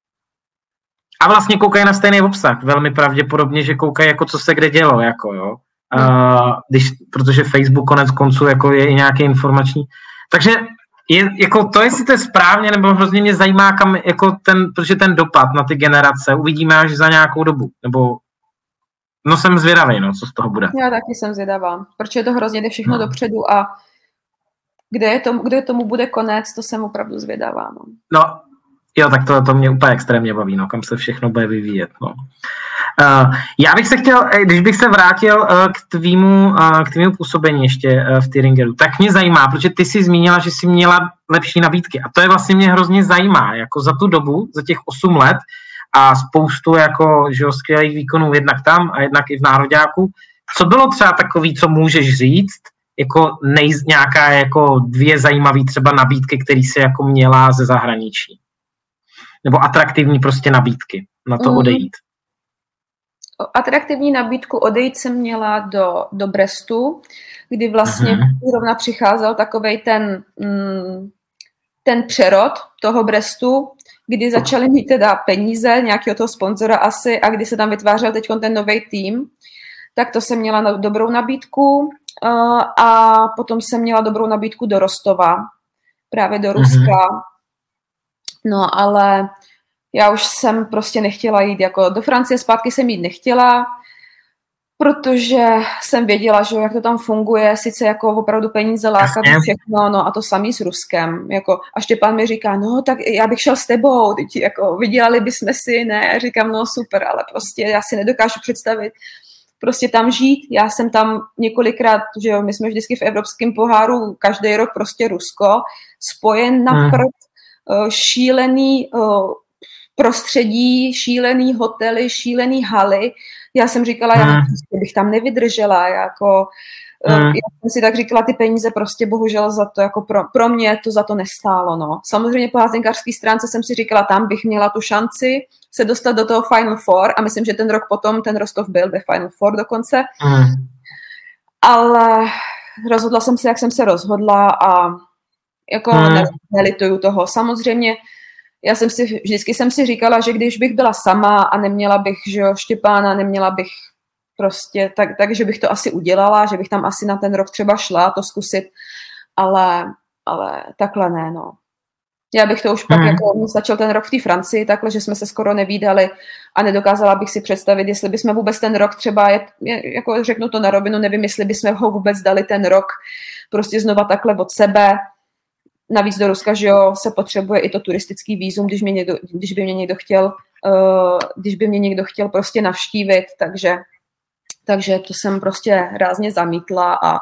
a vlastně koukají na stejný obsah. Velmi pravděpodobně, že koukají, jako co se kde dělo, jako jo. Hmm. A, když, protože Facebook konec konců jako je i nějaký informační. Takže Je, jako to, jestli to je správně, nebo hrozně mě zajímá, kam, jako ten, protože ten dopad na ty generace uvidíme až za nějakou dobu, nebo no jsem zvědavý, no, co z toho bude. Já taky jsem zvědavá, protože to hrozně jde všechno no. dopředu a kde, je to, kde tomu bude konec, to jsem opravdu zvědavá, no. No, jo, tak to, to mě úplně extrémně baví, no, kam se všechno bude vyvíjet, no. Uh, já bych se chtěl, když bych se vrátil uh, k tvýmu, uh, k tvýmu působení ještě uh, v Thüringenu, tak mě zajímá, protože ty jsi zmínila, že jsi měla lepší nabídky a to je vlastně mě hrozně zajímá, jako za tu dobu, za těch osm let a spoustu jako, že jo, skvělých výkonů jednak tam a jednak i v nároďáku. Co bylo třeba takový, co můžeš říct, jako nej, nějaká jako dvě zajímavé třeba nabídky, které jsi jako měla ze zahraničí? Nebo atraktivní prostě nabídky na to mm. odejít? Atraktivní nabídku odejít jsem měla do, do Brestu, kdy vlastně uh-huh. zrovna přicházel takovej ten, mm, ten přerod toho Brestu, kdy začali mít teda peníze, nějakého toho sponzora asi, a kdy se tam vytvářel teď ten nový tým, tak to jsem měla na, dobrou nabídku uh, a potom jsem měla dobrou nabídku do Rostova, právě do Ruska. Uh-huh. No ale já už jsem prostě nechtěla jít, jako do Francie zpátky jsem jít nechtěla, protože jsem věděla, že jak to tam funguje, sice jako opravdu peníze lákat všechno, no a to samý s Ruskem, jako a Štěpán mi říká, no tak já bych šel s tebou, teď jako vydělali bychom si, ne, říkám, no super, ale prostě já si nedokážu představit, prostě tam žít, já jsem tam několikrát, že jo, my jsme vždycky v Evropském poháru, každý rok prostě Rusko, spojen na hmm. prd, šílený prostředí, šílený hotely, šílený haly. Já jsem říkala, hmm. já prostě bych tam nevydržela, jako hmm. já jsem si tak říkala, ty peníze prostě bohužel za to, jako pro, pro mě to za to nestálo, no. Samozřejmě po házenkářské stránce jsem si říkala, tam bych měla tu šanci se dostat do toho Final Four a myslím, že ten rok potom ten Rostov byl ve Final Four dokonce. Hmm. Ale rozhodla jsem se, jak jsem se rozhodla a jako hmm. nelituju toho. Samozřejmě já jsem si, vždycky jsem si říkala, že když bych byla sama a neměla bych, že jo, Štěpána, neměla bych prostě, tak, takže bych to asi udělala, že bych tam asi na ten rok třeba šla to zkusit, ale, ale takhle ne, no. Já bych to už pak, hmm. jako mi stačil ten rok v té Francii, takhle, že jsme se skoro nevídali a nedokázala bych si představit, jestli bychom vůbec ten rok třeba, je, je, jako řeknu to na rovinu, nevím, jestli bychom ho vůbec dali ten rok prostě znova takhle od sebe. Navíc do Ruska, že jo, se potřebuje i to turistický vízum, když, mě někdo, když by mě někdo chtěl, uh, když by mě někdo chtěl prostě navštívit, takže, takže to jsem prostě rázně zamítla a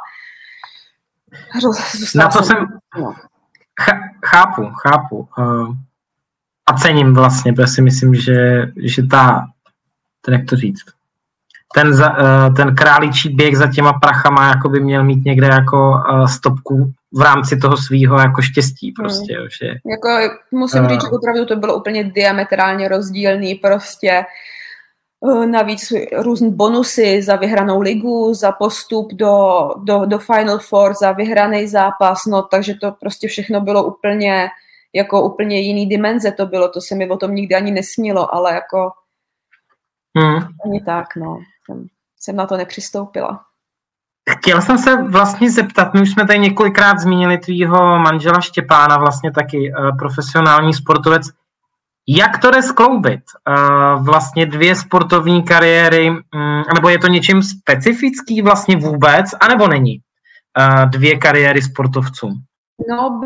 na to jsem, no. chápu, chápu uh, a cením vlastně, protože si myslím, že, že ta, ten, jak to říct, ten, za, uh, ten králičí běh za těma prachama jako by měl mít někde jako uh, stopku v rámci toho svýho jako štěstí prostě. Hmm. Že, jako, musím uh, říct, že opravdu to bylo úplně diametrálně rozdílný prostě. Navíc různé bonusy za vyhranou ligu, za postup do, do, do Final Four, za vyhraný zápas, no takže to prostě všechno bylo úplně, jako úplně jiný dimenze to bylo, to se mi o tom nikdy ani nesnilo, ale jako hmm. ani tak, no, jsem, jsem na to nepřistoupila. Chtěl jsem se vlastně zeptat, my už jsme tady několikrát zmínili tvýho manžela Štěpána, vlastně taky uh, profesionální sportovec. Jak to jde skloubit? Uh, vlastně dvě sportovní kariéry, um, nebo je to něčím specifický vlastně vůbec, anebo není? Uh, dvě kariéry sportovců. No,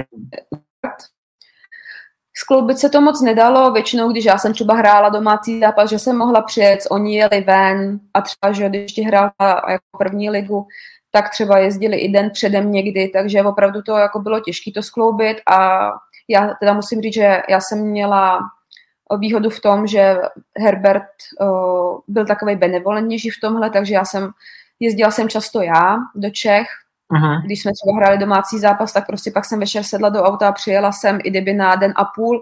skloubit se to moc nedalo, většinou, když já jsem třeba hrála domácí zápas, že jsem mohla přijet, oni jeli ven a třeba, že když ti hrála jako první ligu, tak třeba jezdili i den předem někdy, takže opravdu to jako bylo těžké to skloubit a já teda musím říct, že já jsem měla výhodu v tom, že Herbert uh, byl takovej benevolentnější v tomhle, takže já jsem, jezdila jsem často já do Čech. Uh-huh. Když jsme třeba hráli domácí zápas, tak prostě pak jsem večer sedla do auta a přijela jsem i kdyby na den a půl.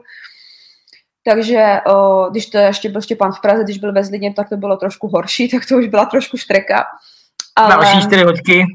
Takže uh, když to ještě byl Štěpán v Praze, když byl ve Zlíně, tak to bylo trošku horší, tak to už byla trošku štreka. Ale, další čtyři hoďky.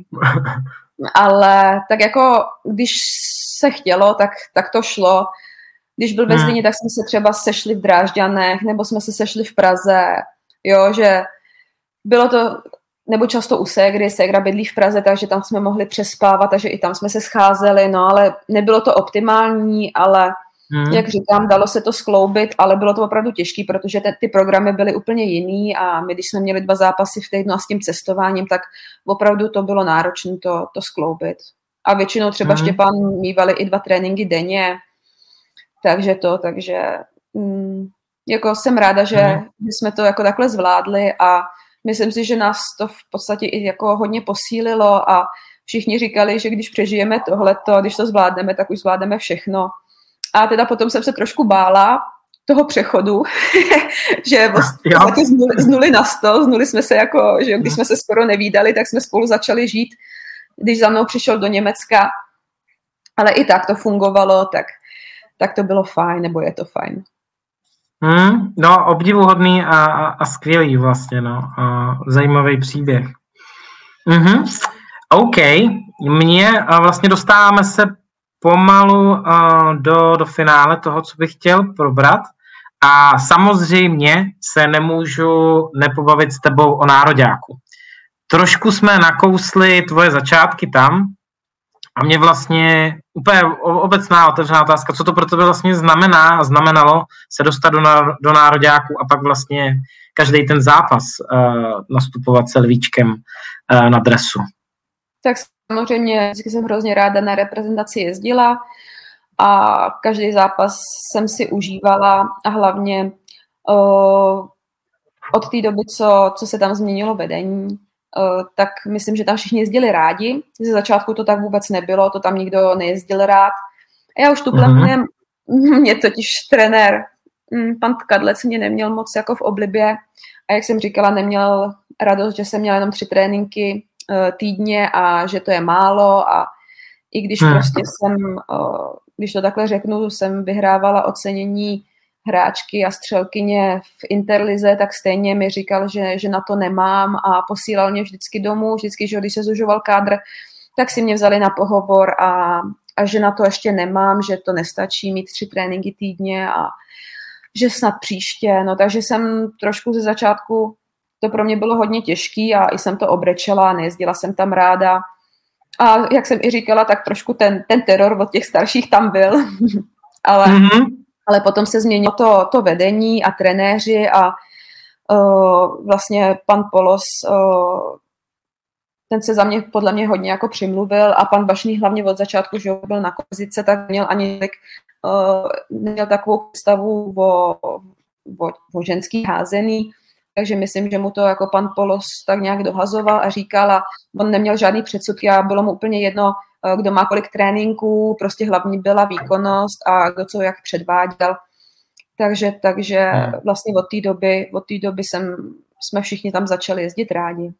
Ale tak jako, když se chtělo, tak, tak to šlo. Když byl ve Zlíně, tak jsme se třeba sešli v Drážďanech, nebo jsme se sešli v Praze, jo, že bylo to, nebo často u ségry, ségra bydlí v Praze, takže tam jsme mohli přespávat, takže i tam jsme se scházeli, no ale nebylo to optimální, ale hmm. jak říkám, dalo se to skloubit, ale bylo to opravdu těžké, protože te, ty programy byly úplně jiný a my, když jsme měli dva zápasy v týdnu a s tím cestováním, tak opravdu to bylo náročné to, to skloubit. A většinou třeba hmm. Štěpán mívali i dva tréninky denně, takže to, takže mm, jako jsem ráda, že hmm. jsme to jako takhle zvládli a myslím si, že nás to v podstatě i jako hodně posílilo a všichni říkali, že když přežijeme tohleto, když to zvládneme, tak už zvládneme všechno. A teda potom jsem se trošku bála toho přechodu, že vlastně z nuly, z nuly na sto, z nuly jsme se jako, že když jsme se skoro nevídali, tak jsme spolu začali žít, když za mnou přišel do Německa, ale i tak to fungovalo, tak, tak to bylo fajn, nebo je to fajn. Hmm, no, obdivuhodný a, a, a skvělý vlastně, no, a zajímavý příběh. Mhm. OK, mě vlastně dostáváme se pomalu uh, do, do finále toho, co bych chtěl probrat a samozřejmě se nemůžu nepobavit s tebou o nároďáku. Trošku jsme nakousli tvoje začátky tam a mě vlastně úplně obecná otevřená otázka, co to pro tebe vlastně znamená a znamenalo se dostat do, do nároďáku a pak vlastně každý ten zápas uh, nastupovat se lvíčkem uh, na dresu. Tak samozřejmě vždycky jsem hrozně ráda na reprezentaci jezdila a každý zápas jsem si užívala a hlavně uh, od té doby, co, co se tam změnilo vedení, uh, tak myslím, že tam všichni jezdili rádi. Ze začátku to tak vůbec nebylo, to tam nikdo nejezdil rád. A já už tu mm-hmm. mě totiž trenér, pan Tkadlec mě neměl moc jako v oblibě a jak jsem říkala, neměl radost, že jsem měla jenom tři tréninky týdně a že to je málo a i když hmm. prostě jsem, když to takhle řeknu, jsem vyhrávala ocenění hráčky a střelkyně v Interlize, tak stejně mi říkal, že, že na to nemám a posílal mě vždycky domů, vždycky, že když se zužoval kádr, tak si mě vzali na pohovor a, a že na to ještě nemám, že to nestačí mít tři tréninky týdně a že snad příště, no takže jsem trošku ze začátku to pro mě bylo hodně těžký a i jsem to obrečela, nejezdila jsem tam ráda. A jak jsem i říkala, tak trošku ten, ten teror od těch starších tam byl. ale, mm-hmm. ale potom se změnilo to, to vedení a trenéři a uh, vlastně pan Polos, uh, ten se za mě podle mě hodně jako přimluvil a pan Bašný hlavně od začátku, že byl na kozice, tak měl ani uh, neměl takovou představu o, o, o ženský házený, takže myslím, že mu to jako pan Polos tak nějak dohazoval a říkal a on neměl žádný předsudky a bylo mu úplně jedno, kdo má kolik tréninků, prostě hlavní byla výkonnost a kdo co jak předváděl. Takže, takže vlastně od té doby, od té doby jsem, jsme všichni tam začali jezdit rádi.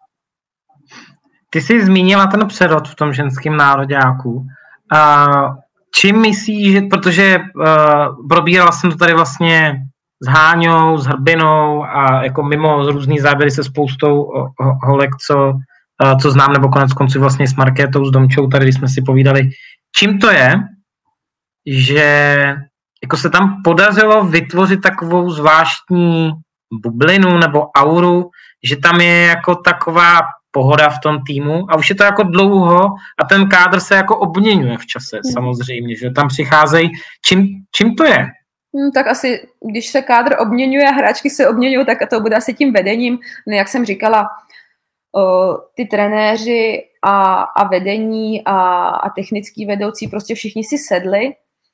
Ty jsi zmínila ten přerod v tom ženském nároďáku. A čím myslíš, že, protože uh, probírala jsem to tady vlastně s Háňou, s Hrbinou a jako mimo z různý záběry se spoustou holek, co, co znám, nebo konec konců vlastně s Markétou, s Domčou, tady když jsme si povídali. Čím to je, že jako se tam podařilo vytvořit takovou zvláštní bublinu nebo auru, že tam je jako taková pohoda v tom týmu a už je to jako dlouho a ten kádr se jako obměňuje v čase hmm. samozřejmě, že tam přicházejí. Čím, čím to je? Hmm, tak asi, když se kádr obměňuje a hráčky se obměňují, tak to bude asi tím vedením. No, jak jsem říkala, o, ty trenéři a, a vedení a, a technický vedoucí, prostě všichni si sedli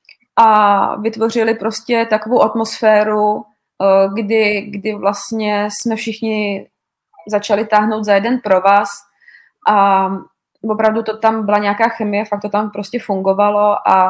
a vytvořili prostě takovou atmosféru, o, kdy, kdy vlastně jsme všichni začali táhnout za jeden provaz a opravdu to tam byla nějaká chemie, fakt to tam prostě fungovalo a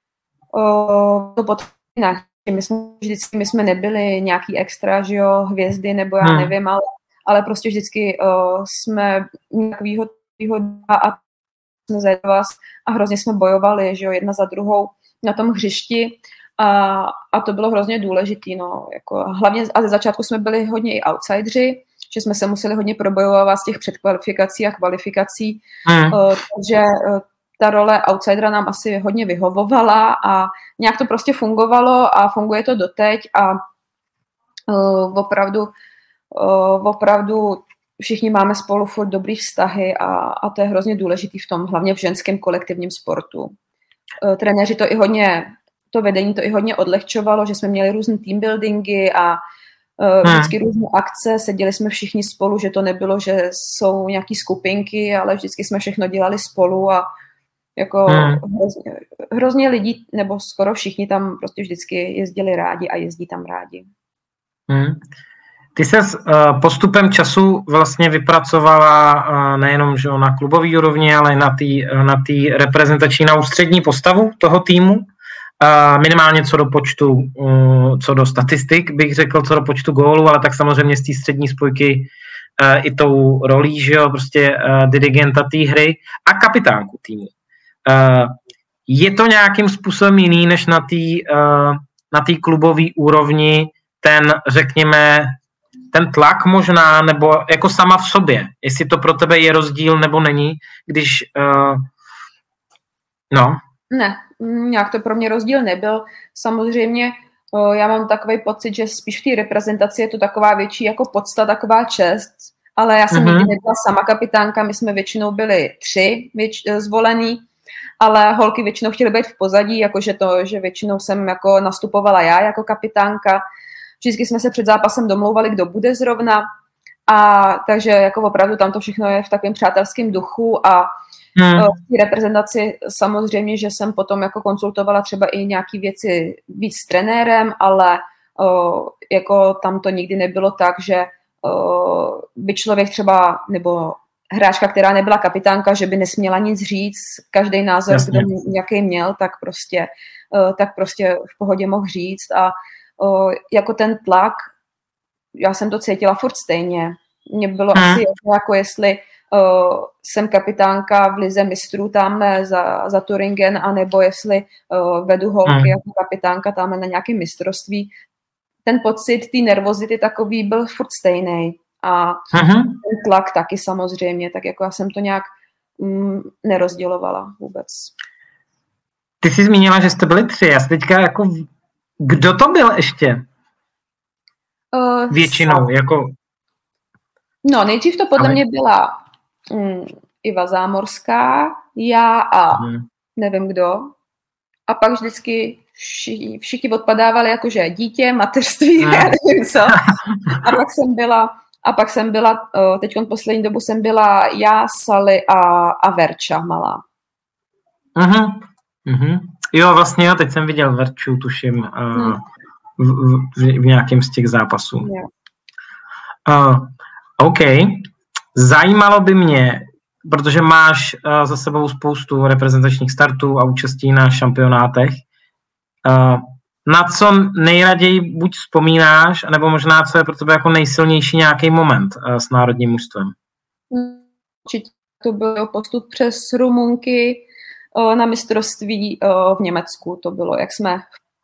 o, to potom my jsme vždycky, my jsme nebyli nějaký extra, že jo, hvězdy, nebo já nevím, ale, ale prostě vždycky uh, jsme nějak výhod, výhoda a jsme za vás a hrozně jsme bojovali, že jo, jedna za druhou na tom hřišti a, a to bylo hrozně důležitý, no, jako hlavně a ze začátku jsme byli hodně i outsideri, že jsme se museli hodně probojovat z těch předkvalifikací a kvalifikací, hmm. uh, takže uh, ta role outsidera nám asi hodně vyhovovala a nějak to prostě fungovalo a funguje to doteď a uh, opravdu, uh, opravdu všichni máme spolu furt dobrý vztahy a, a to je hrozně důležitý v tom, hlavně v ženském kolektivním sportu. Uh, trenéři to i hodně, to vedení to i hodně odlehčovalo, že jsme měli různé teambuildingy a uh, vždycky hmm. různé akce, seděli jsme všichni spolu, že to nebylo, že jsou nějaký skupinky, ale vždycky jsme všechno dělali spolu a jako hmm. hrozně, hrozně lidí, nebo skoro všichni tam prostě vždycky jezdili rádi a jezdí tam rádi. Hmm. Ty ses uh, postupem času vlastně vypracovala uh, nejenom že na klubový úrovni, ale i na té na té reprezentační na ústřední postavu toho týmu. Uh, minimálně co do počtu, uh, co do statistik, bych řekl, co do počtu gólů, ale tak samozřejmě z té střední spojky uh, i tou rolí, že jo, prostě uh, dirigenta té hry a kapitánku týmu. Uh, je to nějakým způsobem jiný než na té uh, na té klubové úrovni ten, řekněme, ten tlak možná, nebo jako sama v sobě, jestli to pro tebe je rozdíl nebo není, když uh, no. Ne, nějak to pro mě rozdíl nebyl. Samozřejmě uh, já mám takový pocit, že spíš v té reprezentaci je to taková větší jako podsta, taková čest, ale já jsem mm-hmm. nikdy nebyla sama kapitánka, my jsme většinou byli tři věč, zvolený, ale holky většinou chtěly být v pozadí, jakože to, že většinou jsem jako nastupovala já jako kapitánka. Vždycky jsme se před zápasem domlouvali, kdo bude zrovna, a takže jako opravdu tam to všechno je v takovém přátelském duchu a hmm. v té reprezentaci samozřejmě, že jsem potom jako konsultovala třeba i nějaké věci víc s trenérem, ale o, jako tam to nikdy nebylo tak, že o, by člověk třeba, nebo hráčka, která nebyla kapitánka, že by nesměla nic říct, každý názor, Jasně. kdo nějaký měl, tak prostě, o, tak prostě v pohodě mohl říct a o, jako ten tlak, já jsem to cítila furt stejně. Mně bylo hmm. asi jako jestli uh, jsem kapitánka v lize mistrů tamhle za, za Turingen, anebo jestli uh, vedu holky hmm. jako kapitánka tamhle na nějakém mistrovství. Ten pocit, ty nervozity takový byl furt stejný. A hmm. ten tlak taky samozřejmě, tak jako já jsem to nějak mm, nerozdělovala vůbec. Ty jsi zmínila, že jste byli tři. Já se teďka jako... Kdo to byl ještě? Uh, Většinou, sam. jako... No, nejdřív to podle Ale... mě byla um, Iva Zámorská, já a hmm. nevím kdo. A pak vždycky všichni, všichni odpadávali jakože dítě, mateřství, mm. já nevím co. A pak jsem byla, a pak jsem byla, teď poslední dobu jsem byla já, Sally a, a Verča malá. Mhm, mhm. Jo, vlastně jo, teď jsem viděl Verču, tuším, uh, v, v, v nějakém z těch zápasů. Jo. Uh, OK. Zajímalo by mě, protože máš uh, za sebou spoustu reprezentačních startů a účastí na šampionátech, uh, na co nejraději buď vzpomínáš, nebo možná co je pro tebe jako nejsilnější nějaký moment uh, s národním mužstvem? Určitě to byl postup přes Rumunky uh, na mistrovství uh, v Německu. To bylo, jak jsme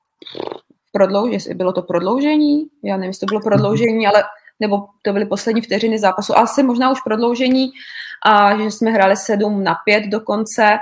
prodloužili, bylo to prodloužení? Já nevím, jestli to bylo prodloužení, ale nebo to byly poslední vteřiny zápasu, asi možná už prodloužení, a že jsme hráli sedm na pět dokonce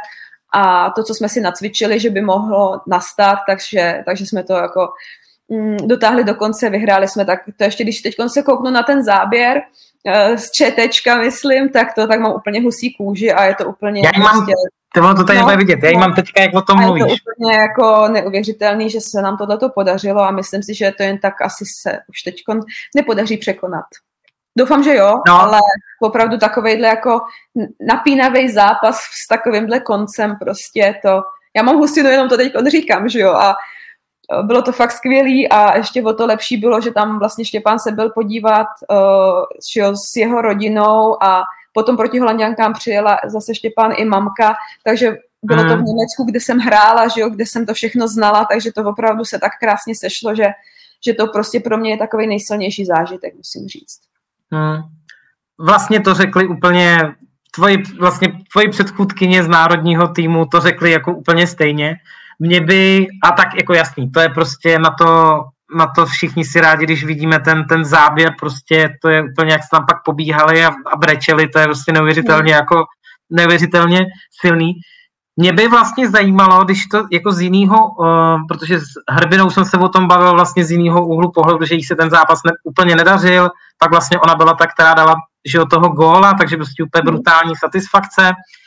a to, co jsme si nacvičili, že by mohlo nastat, takže, takže jsme to jako mm, dotáhli do konce, vyhráli jsme, tak to ještě, když teď se kouknu na ten záběr uh, z četečka, myslím, tak to tak mám úplně husí kůži a je to úplně... Já mám, prostě, to, to tady no, vidět, já no, mám teďka, jak o tom mluvíš. Je to úplně jako neuvěřitelný, že se nám tohleto podařilo a myslím si, že to jen tak asi se už teď nepodaří překonat. Doufám, že jo, no. Ale opravdu takovejhle jako napínavý zápas s takovýmhle koncem prostě to, já mám husinu, jenom to teď říkám, že jo, a bylo to fakt skvělý a ještě o to lepší bylo, že tam vlastně Štěpán se byl podívat uh, že s jeho rodinou a potom proti Holanďankám přijela zase Štěpán i mamka, takže bylo to v Německu, kde jsem hrála, že jo, kde jsem to všechno znala, takže to opravdu se tak krásně sešlo, že, že to prostě pro mě je takový nejsilnější zážitek, musím říct. Hmm. Vlastně to řekli úplně tvoji, vlastně tvoji předchůdkyně z národního týmu, to řekli jako úplně stejně. Mě by, a tak jako jasný, to je prostě na to, na to všichni si rádi, když vidíme ten, ten záběr, prostě to je úplně, jak se tam pak pobíhali a, a brečeli, to je prostě neuvěřitelně, hmm. jako neuvěřitelně silný. Mě by vlastně zajímalo, když to jako z jiného, uh, protože s Hrbinou jsem se o tom bavil vlastně z jiného úhlu pohledu, že jí se ten zápas ne, úplně nedařil, pak vlastně ona byla ta, která dala že od toho góla, takže prostě úplně brutální satisfakce.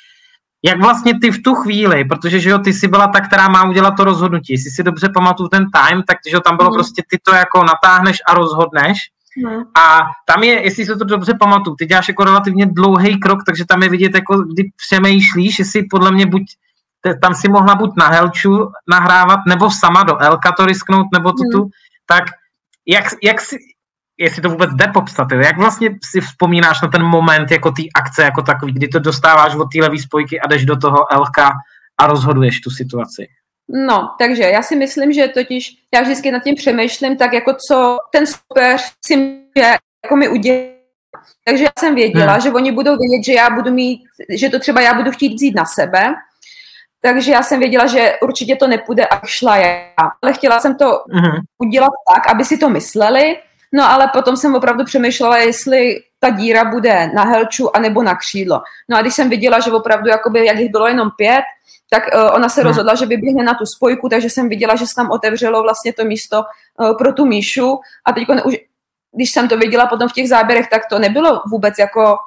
Jak vlastně ty v tu chvíli, protože že jo, ty jsi byla ta, která má udělat to rozhodnutí, jestli si dobře pamatuju ten time, tak že jo, tam bylo mm. prostě ty to jako natáhneš a rozhodneš. Mm. A tam je, jestli si to dobře pamatuju, ty děláš jako relativně dlouhý krok, takže tam je vidět, jako kdy přemýšlíš, jestli podle mě buď, tam si mohla buď na Helču nahrávat, nebo sama do Elka to risknout, nebo to tu, mm. tak jak, jak si, jestli to vůbec jde popsat, jak vlastně si vzpomínáš na ten moment jako té akce jako takový, kdy to dostáváš od té levý spojky a jdeš do toho Elka a rozhoduješ tu situaci? No, takže já si myslím, že totiž já vždycky nad tím přemýšlím tak jako co ten super si jako mi udělá. Takže já jsem věděla, hmm. že oni budou vědět, že já budu mít, že to třeba já budu chtít vzít na sebe. Takže já jsem věděla, že určitě to nepůjde a šla já. Ale chtěla jsem to hmm. udělat tak, aby si to mysleli. No ale potom jsem opravdu přemýšlela, jestli ta díra bude na Helču anebo na křídlo. No a když jsem viděla, že opravdu jakoby, jak jich bylo jenom pět, tak uh, ona se hmm. rozhodla, že vyběhne na tu spojku, takže jsem viděla, že se tam otevřelo vlastně to místo uh, pro tu Míšu. A teď, když jsem to viděla potom v těch záběrech, tak to nebylo vůbec jako,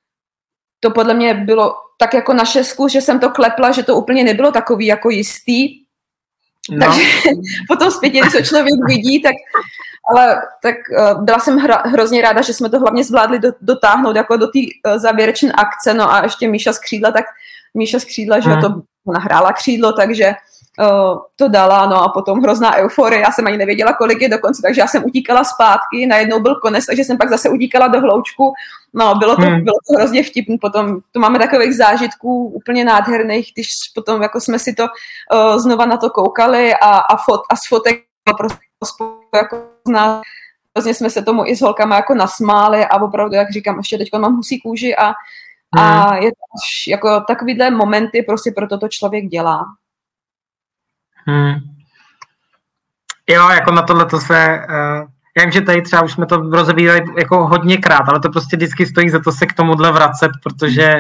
to podle mě bylo tak jako na šestku, že jsem to klepla, že to úplně nebylo takový jako jistý. No. Takže potom zpětně, když to člověk vidí, tak ale tak uh, byla jsem hra, hrozně ráda, že jsme to hlavně zvládli do, dotáhnout jako do té uh, závěrečné akce, no a ještě Míša z křídla, tak Míša z křídla, že hmm. to nahrála křídlo, takže uh, to dala, no a potom hrozná euforie, já jsem ani nevěděla, kolik je dokonce, takže já jsem utíkala zpátky, najednou byl konec, takže jsem pak zase utíkala do hloučku, no bylo to, hmm. bylo to hrozně vtipný, potom to máme takových zážitků úplně nádherných, když potom jako jsme si to uh, znova na to koukali a, a, fot, a z fotek prostě jako zná, vlastně jsme se tomu i s holkama jako nasmáli a opravdu, jak říkám, ještě teď mám husí kůži a, hmm. a je to jako takovýhle momenty prostě pro toto člověk dělá. Hmm. Jo, jako na tohle to se, uh, já vím, že tady třeba už jsme to rozebírali jako hodněkrát, ale to prostě vždycky stojí za to se k tomuhle vracet, protože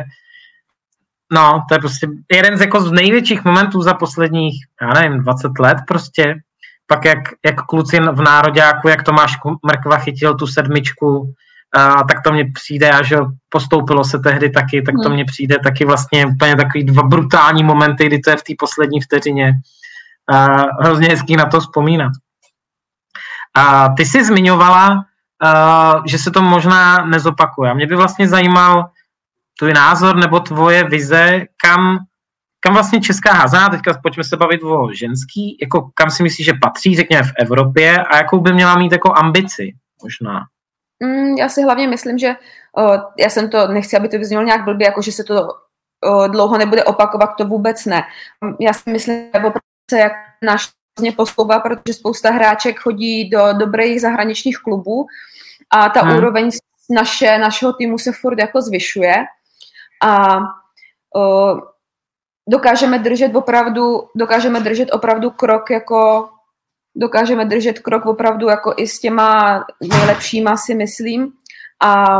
no, to je prostě jeden z jako z největších momentů za posledních, já nevím, dvacet let prostě. Pak jak, jak kluci v nároďáku, jak Tomáš Mrkva chytil tu sedmičku, a tak to mně přijde, a že postoupilo se tehdy taky, tak to mně přijde taky vlastně úplně takový dva brutální momenty, kdy to je v té poslední vteřině. uh, hrozně hezký na to vzpomínat. A ty jsi zmiňovala, uh, že se to možná nezopakuje. A mě by vlastně zajímal tvůj názor nebo tvoje vize, kam, kam vlastně česká házená, teďka pojďme se bavit o ženský, jako kam si myslíš, že patří, řekněme, v Evropě a jakou by měla mít jako ambici možná? Mm, já si hlavně myslím, že uh, já jsem to, nechci, aby to vyznělo nějak blbě, jako že se to uh, dlouho nebude opakovat, to vůbec ne. Já si myslím, že opravdu se jak náš posouvá, protože spousta hráček chodí do dobrých zahraničních klubů a ta hmm. úroveň naše, našeho týmu se furt jako zvyšuje a uh, dokážeme držet opravdu, dokážeme držet opravdu krok jako dokážeme držet krok opravdu jako i s těma nejlepšíma, si myslím. A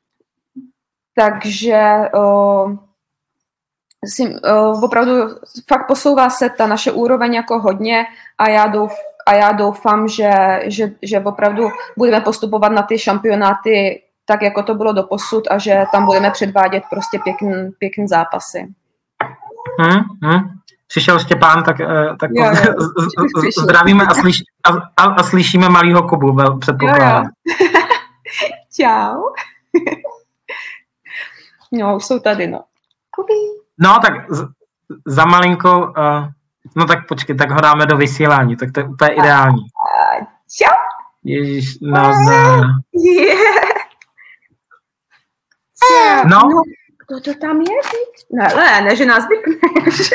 takže uh, si, uh, opravdu fakt posouvá se ta naše úroveň jako hodně a já, douf, a já doufám, že, že, že opravdu budeme postupovat na ty šampionáty tak, jako to bylo doposud a že tam budeme předvádět prostě pěkný, pěkný zápasy. Hmm, hmm. Přišel Štěpán, tak, tak jo, jo. zdravíme a, slyš, a, a, a slyšíme malýho Kubu, předpokládám. Čau. No, už jsou tady, no. Kubi. No, tak z, za malinko, uh, no tak počkej, tak ho dáme do vysílání, tak to je úplně ideální. Uh, čau. Ježiš, no za... Yeah. No. no. Kdo to tam je? Ne, ne, ne, že nás vypneš.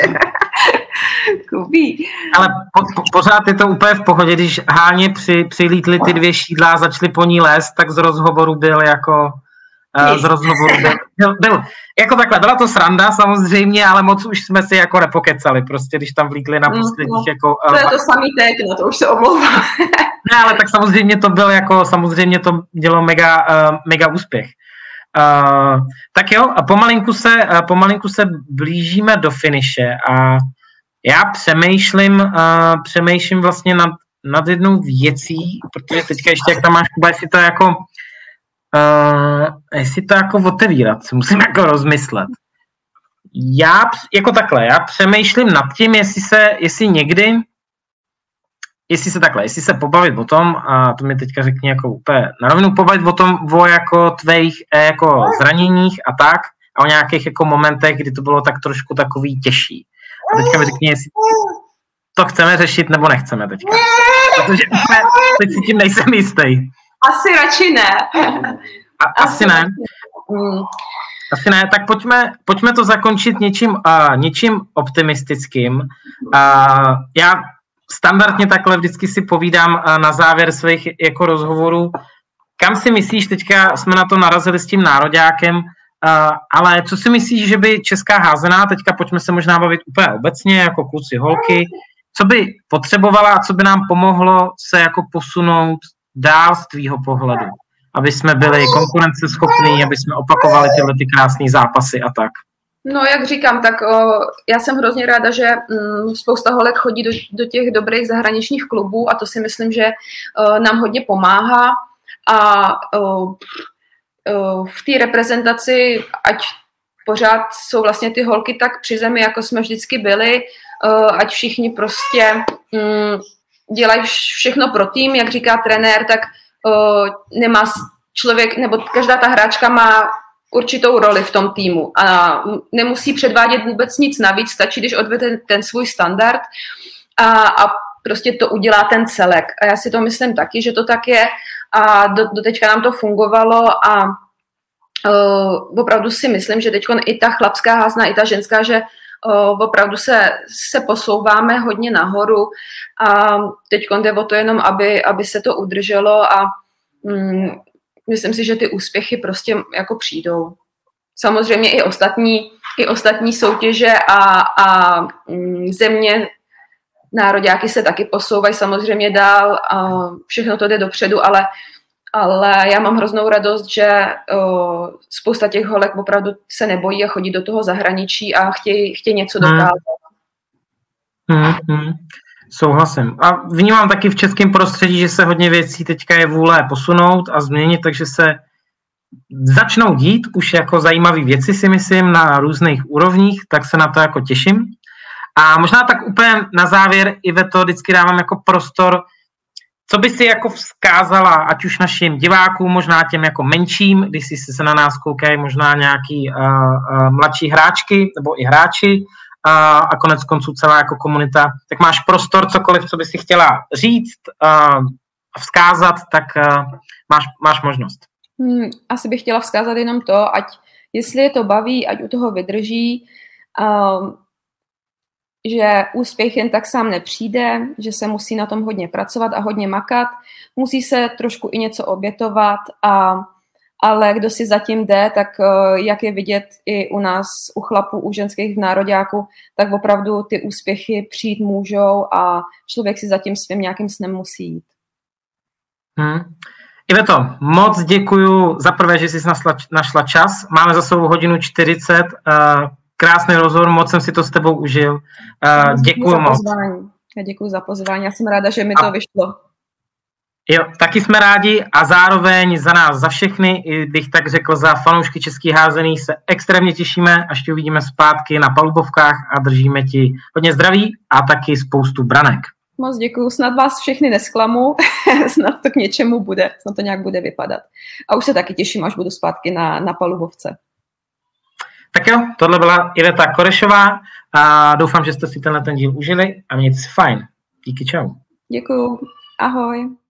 Kubí. Ale po, po, pořád je to úplně v pohodě, když Háně při, přilítly ty dvě šídla a začaly po ní lézt, tak z rozhovoru byl jako... Uh, z rozhovoru byl, byl, byl... Jako takhle, byla to sranda samozřejmě, ale moc už jsme si jako nepokecali, prostě, když tam vlítli na posledních no, jako... Uh, to je to samý teď, no to už se omlouvám. Ne, ale tak samozřejmě to byl jako, samozřejmě to dělo mega, uh, mega úspěch. Uh, tak jo, a pomalinku se, uh, pomalinku se blížíme do finiše a já přemýšlím, uh, přemýšlím vlastně nad, nad jednou věcí, protože teďka ještě, jak tam máš, Kuba, jestli to jako uh, jestli to jako otevírat, si musím jako rozmyslet. Já, jako takhle, já přemýšlím nad tím, jestli se, jestli někdy Jestli se takhle, jestli se pobavit o tom, a to mi teďka řekni jako úplně na rovinu, pobavit o tom, o jako tvých jako zraněních a tak, a o nějakých jako momentech, kdy to bylo tak trošku takový těžší. A teďka mi řekni, jestli to chceme řešit, nebo nechceme teďka. Protože úplně, teď si tím nejsem jistý. Asi radši ne. A, asi, asi ne. Mm. Asi ne, tak pojďme, pojďme to zakončit něčím, uh, něčím optimistickým. Uh, já standardně takhle vždycky si povídám na závěr svých jako rozhovorů, kam si myslíš, teďka jsme na to narazili s tím nároďákem, ale co si myslíš, že by česká házená, teďka pojďme se možná bavit úplně obecně, jako kluci, holky, co by potřebovala a co by nám pomohlo se jako posunout dál z tvýho pohledu, aby jsme byli konkurenceschopní, aby jsme opakovali tyhle ty krásné zápasy a tak. No, jak říkám, tak o, já jsem hrozně ráda, že m, spousta holek chodí do, do těch dobrých zahraničních klubů a to si myslím, že o, nám hodně pomáhá a o, o, v té reprezentaci, ať pořád jsou vlastně ty holky tak při zemi, jako jsme vždycky byli, o, ať všichni prostě m, dělají všechno pro tým, jak říká trenér, tak o, nemá člověk, nebo každá ta hráčka má určitou roli v tom týmu a nemusí předvádět vůbec nic navíc, stačí, když odvede ten, ten svůj standard a, a prostě to udělá ten celek. A já si to myslím taky, že to tak je a do, do teďka nám to fungovalo a uh, opravdu si myslím, že teď i ta chlapská házna, i ta ženská, že uh, opravdu se, se posouváme hodně nahoru a teď jde o to jenom, aby, aby se to udrželo a um, myslím si, že ty úspěchy prostě jako přijdou. Samozřejmě i ostatní, i ostatní soutěže a, a mm, země, nároďáky se taky posouvají samozřejmě dál a všechno to jde dopředu, ale, ale já mám hroznou radost, že o, spousta těch holek opravdu se nebojí a chodí do toho zahraničí a chtějí, chtějí něco dokázat. Hmm. Hmm. Souhlasím. A vnímám taky v českém prostředí, že se hodně věcí teďka je vůle posunout a změnit, takže se začnou dít už jako zajímavé věci, si myslím, na různých úrovních, tak se na to jako těším. A možná tak úplně na závěr, Iveto, vždycky dávám jako prostor, co by si jako vzkázala, ať už našim divákům, možná těm jako menším, když si se na nás koukají možná nějaký uh, uh, mladší hráčky nebo i hráči uh, a konec konců celá jako komunita, tak máš prostor, cokoliv, co by si chtěla říct, uh, vzkázat, tak uh, máš, máš možnost. Hmm, asi bych chtěla vzkázat jenom to, ať jestli je to baví, ať u toho vydrží, um, že úspěch jen tak sám nepřijde, že se musí na tom hodně pracovat a hodně makat, musí se trošku i něco obětovat, a, ale kdo si zatím jde, tak jak je vidět i u nás, u chlapů, u ženských v nároďáku, tak opravdu ty úspěchy přijít můžou a člověk si zatím svým nějakým snem musí jít. Hmm. Iveto, moc děkuju za prvé, že jsi našla, našla čas. Máme za sebou hodinu čtyřicet. Uh, krásný rozhovor, moc jsem si to s tebou užil. Uh, děkuju moc. Pozvání. Já děkuju za pozvání. Já jsem ráda, že mi to a... vyšlo. Jo, taky jsme rádi a zároveň za nás, za všechny, bych tak řekl, za fanoušky českých házených se extrémně těšíme, až tě uvidíme zpátky na palubovkách a držíme ti hodně zdraví a taky spoustu branek. Moc děkuju, snad vás všechny nesklamu, snad to k něčemu bude, snad to nějak bude vypadat. A už se taky těším, až budu zpátky na, na palubovce. Tak jo, tohle byla Iveta Korešová a doufám, že jste si tenhle ten díl užili a mějte si fajn. Díky, čau. Děkuju, ahoj.